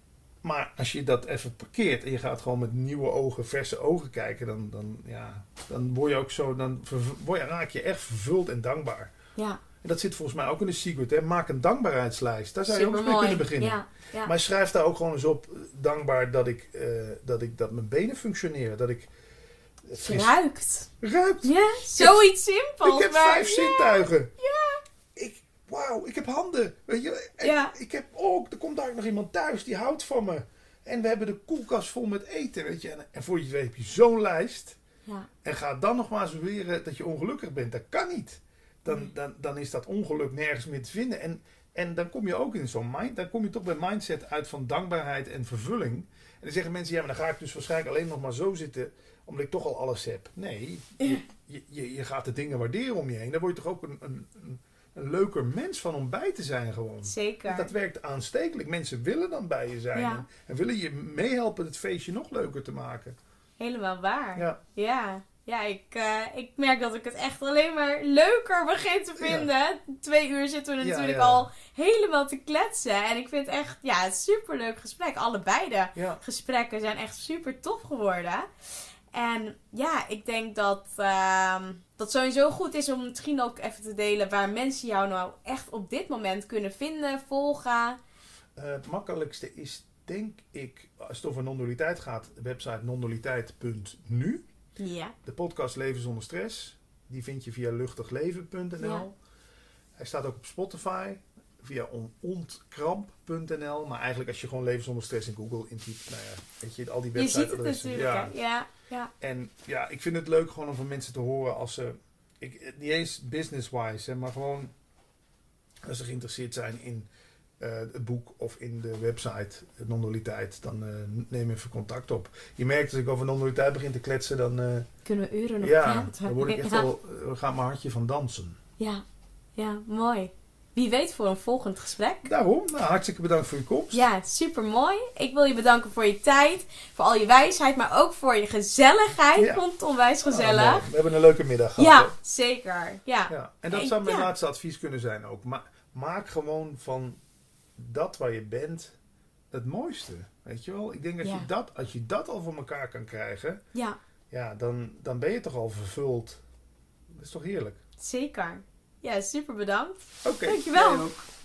Maar als je dat even parkeert en je gaat gewoon met nieuwe ogen, verse ogen kijken, dan, dan, ja, dan word je ook zo, dan verv- word je, raak je echt vervuld en dankbaar. Ja, En dat zit volgens mij ook in de secret, hè? Maak een dankbaarheidslijst. Daar zou je ook eens mee supermooi. kunnen beginnen. Ja, ja. Maar schrijf daar ook gewoon eens op, eh, dankbaar dat ik, eh, dat ik, dat mijn benen functioneren, dat ik het fris Ruikt. ruikt. Ja, zoiets simpels. Ik heb maar- vijf zintuigen. Ja. Ik, wauw, ik heb handen. Weet je, en Ja. ik heb ook, er komt daar nog iemand thuis die houdt van me. En we hebben de koelkast vol met eten, weet je. En, en voor je het weet heb je zo'n lijst. Ja, En ga dan nog maar eens beweren dat je ongelukkig bent. Dat kan niet. Dan, Nee. dan, dan is dat ongeluk nergens meer te vinden. En, en dan kom je ook in zo'n mind. Dan kom je toch bij mindset uit van dankbaarheid en vervulling. En dan zeggen mensen, ja, maar dan ga ik dus waarschijnlijk alleen nog maar zo zitten, omdat ik toch al alles heb. Nee, je, je, je, je gaat de dingen waarderen om je heen. Dan word je toch ook een, een, een, een leuker mens van om bij te zijn gewoon. zeker. Dat werkt aanstekelijk. Mensen willen dan bij je zijn. Ja. En, en willen je meehelpen het feestje nog leuker te maken. Helemaal waar. Ja. Ja, ja ik, eh, ik merk dat ik het echt alleen maar leuker begin te vinden. Twee uur zitten we er Ja, natuurlijk ja. al helemaal te kletsen. En ik vind het echt ja, een superleuk gesprek. Allebei de Ja. gesprekken zijn echt super tof geworden. En ja, ik denk dat ehm dat sowieso goed is om misschien ook even te delen waar mensen jou nou echt op dit moment kunnen vinden, volgen. Uh, het makkelijkste is, denk ik, als het over non-dualiteit gaat, de website non-dualiteit punt nu. Ja. De podcast Leven zonder stress, die vind je via luchtigleven punt n l. Ja. Hij staat ook op Spotify via on- ontkramp punt n l. Maar eigenlijk als je gewoon Leven zonder stress in Google intypt, nou ja, weet je, al die Je ziet het websiteadressen. natuurlijk. Ja. hè? Ja, ja. En ja, ik vind het leuk gewoon om van mensen te horen als ze, ik, niet eens business-wise, hè, maar gewoon als ze geïnteresseerd zijn in uh, het boek of in de website non-dualiteit, dan uh, neem even contact op. Je merkt als ik over non-dualiteit begin te kletsen, dan, uh, Kunnen we uren nog ja, praten. dan word ik echt Ja. wel, uh, gaat mijn hartje van dansen. Ja, ja, mooi. Wie weet voor een volgend gesprek. Daarom, nou, hartstikke bedankt voor je komst. Ja, super mooi. Ik wil je bedanken voor je tijd, voor al je wijsheid, maar ook voor je gezelligheid. Ja. Ik vond het onwijs Nou, gezellig. mooi. We hebben een leuke middag gehad. Ja, hè? zeker. Ja. Ja. En dat Ik- zou mijn ja. laatste advies kunnen zijn ook. Ma- maak gewoon van dat waar je bent het mooiste. Weet je wel? Ik denk als, Ja. je, dat, als je dat al voor elkaar kan krijgen, Ja, ja, dan, dan ben je toch al vervuld. Dat is toch heerlijk? zeker. Ja, super bedankt. Oké. Dankjewel. jij ook.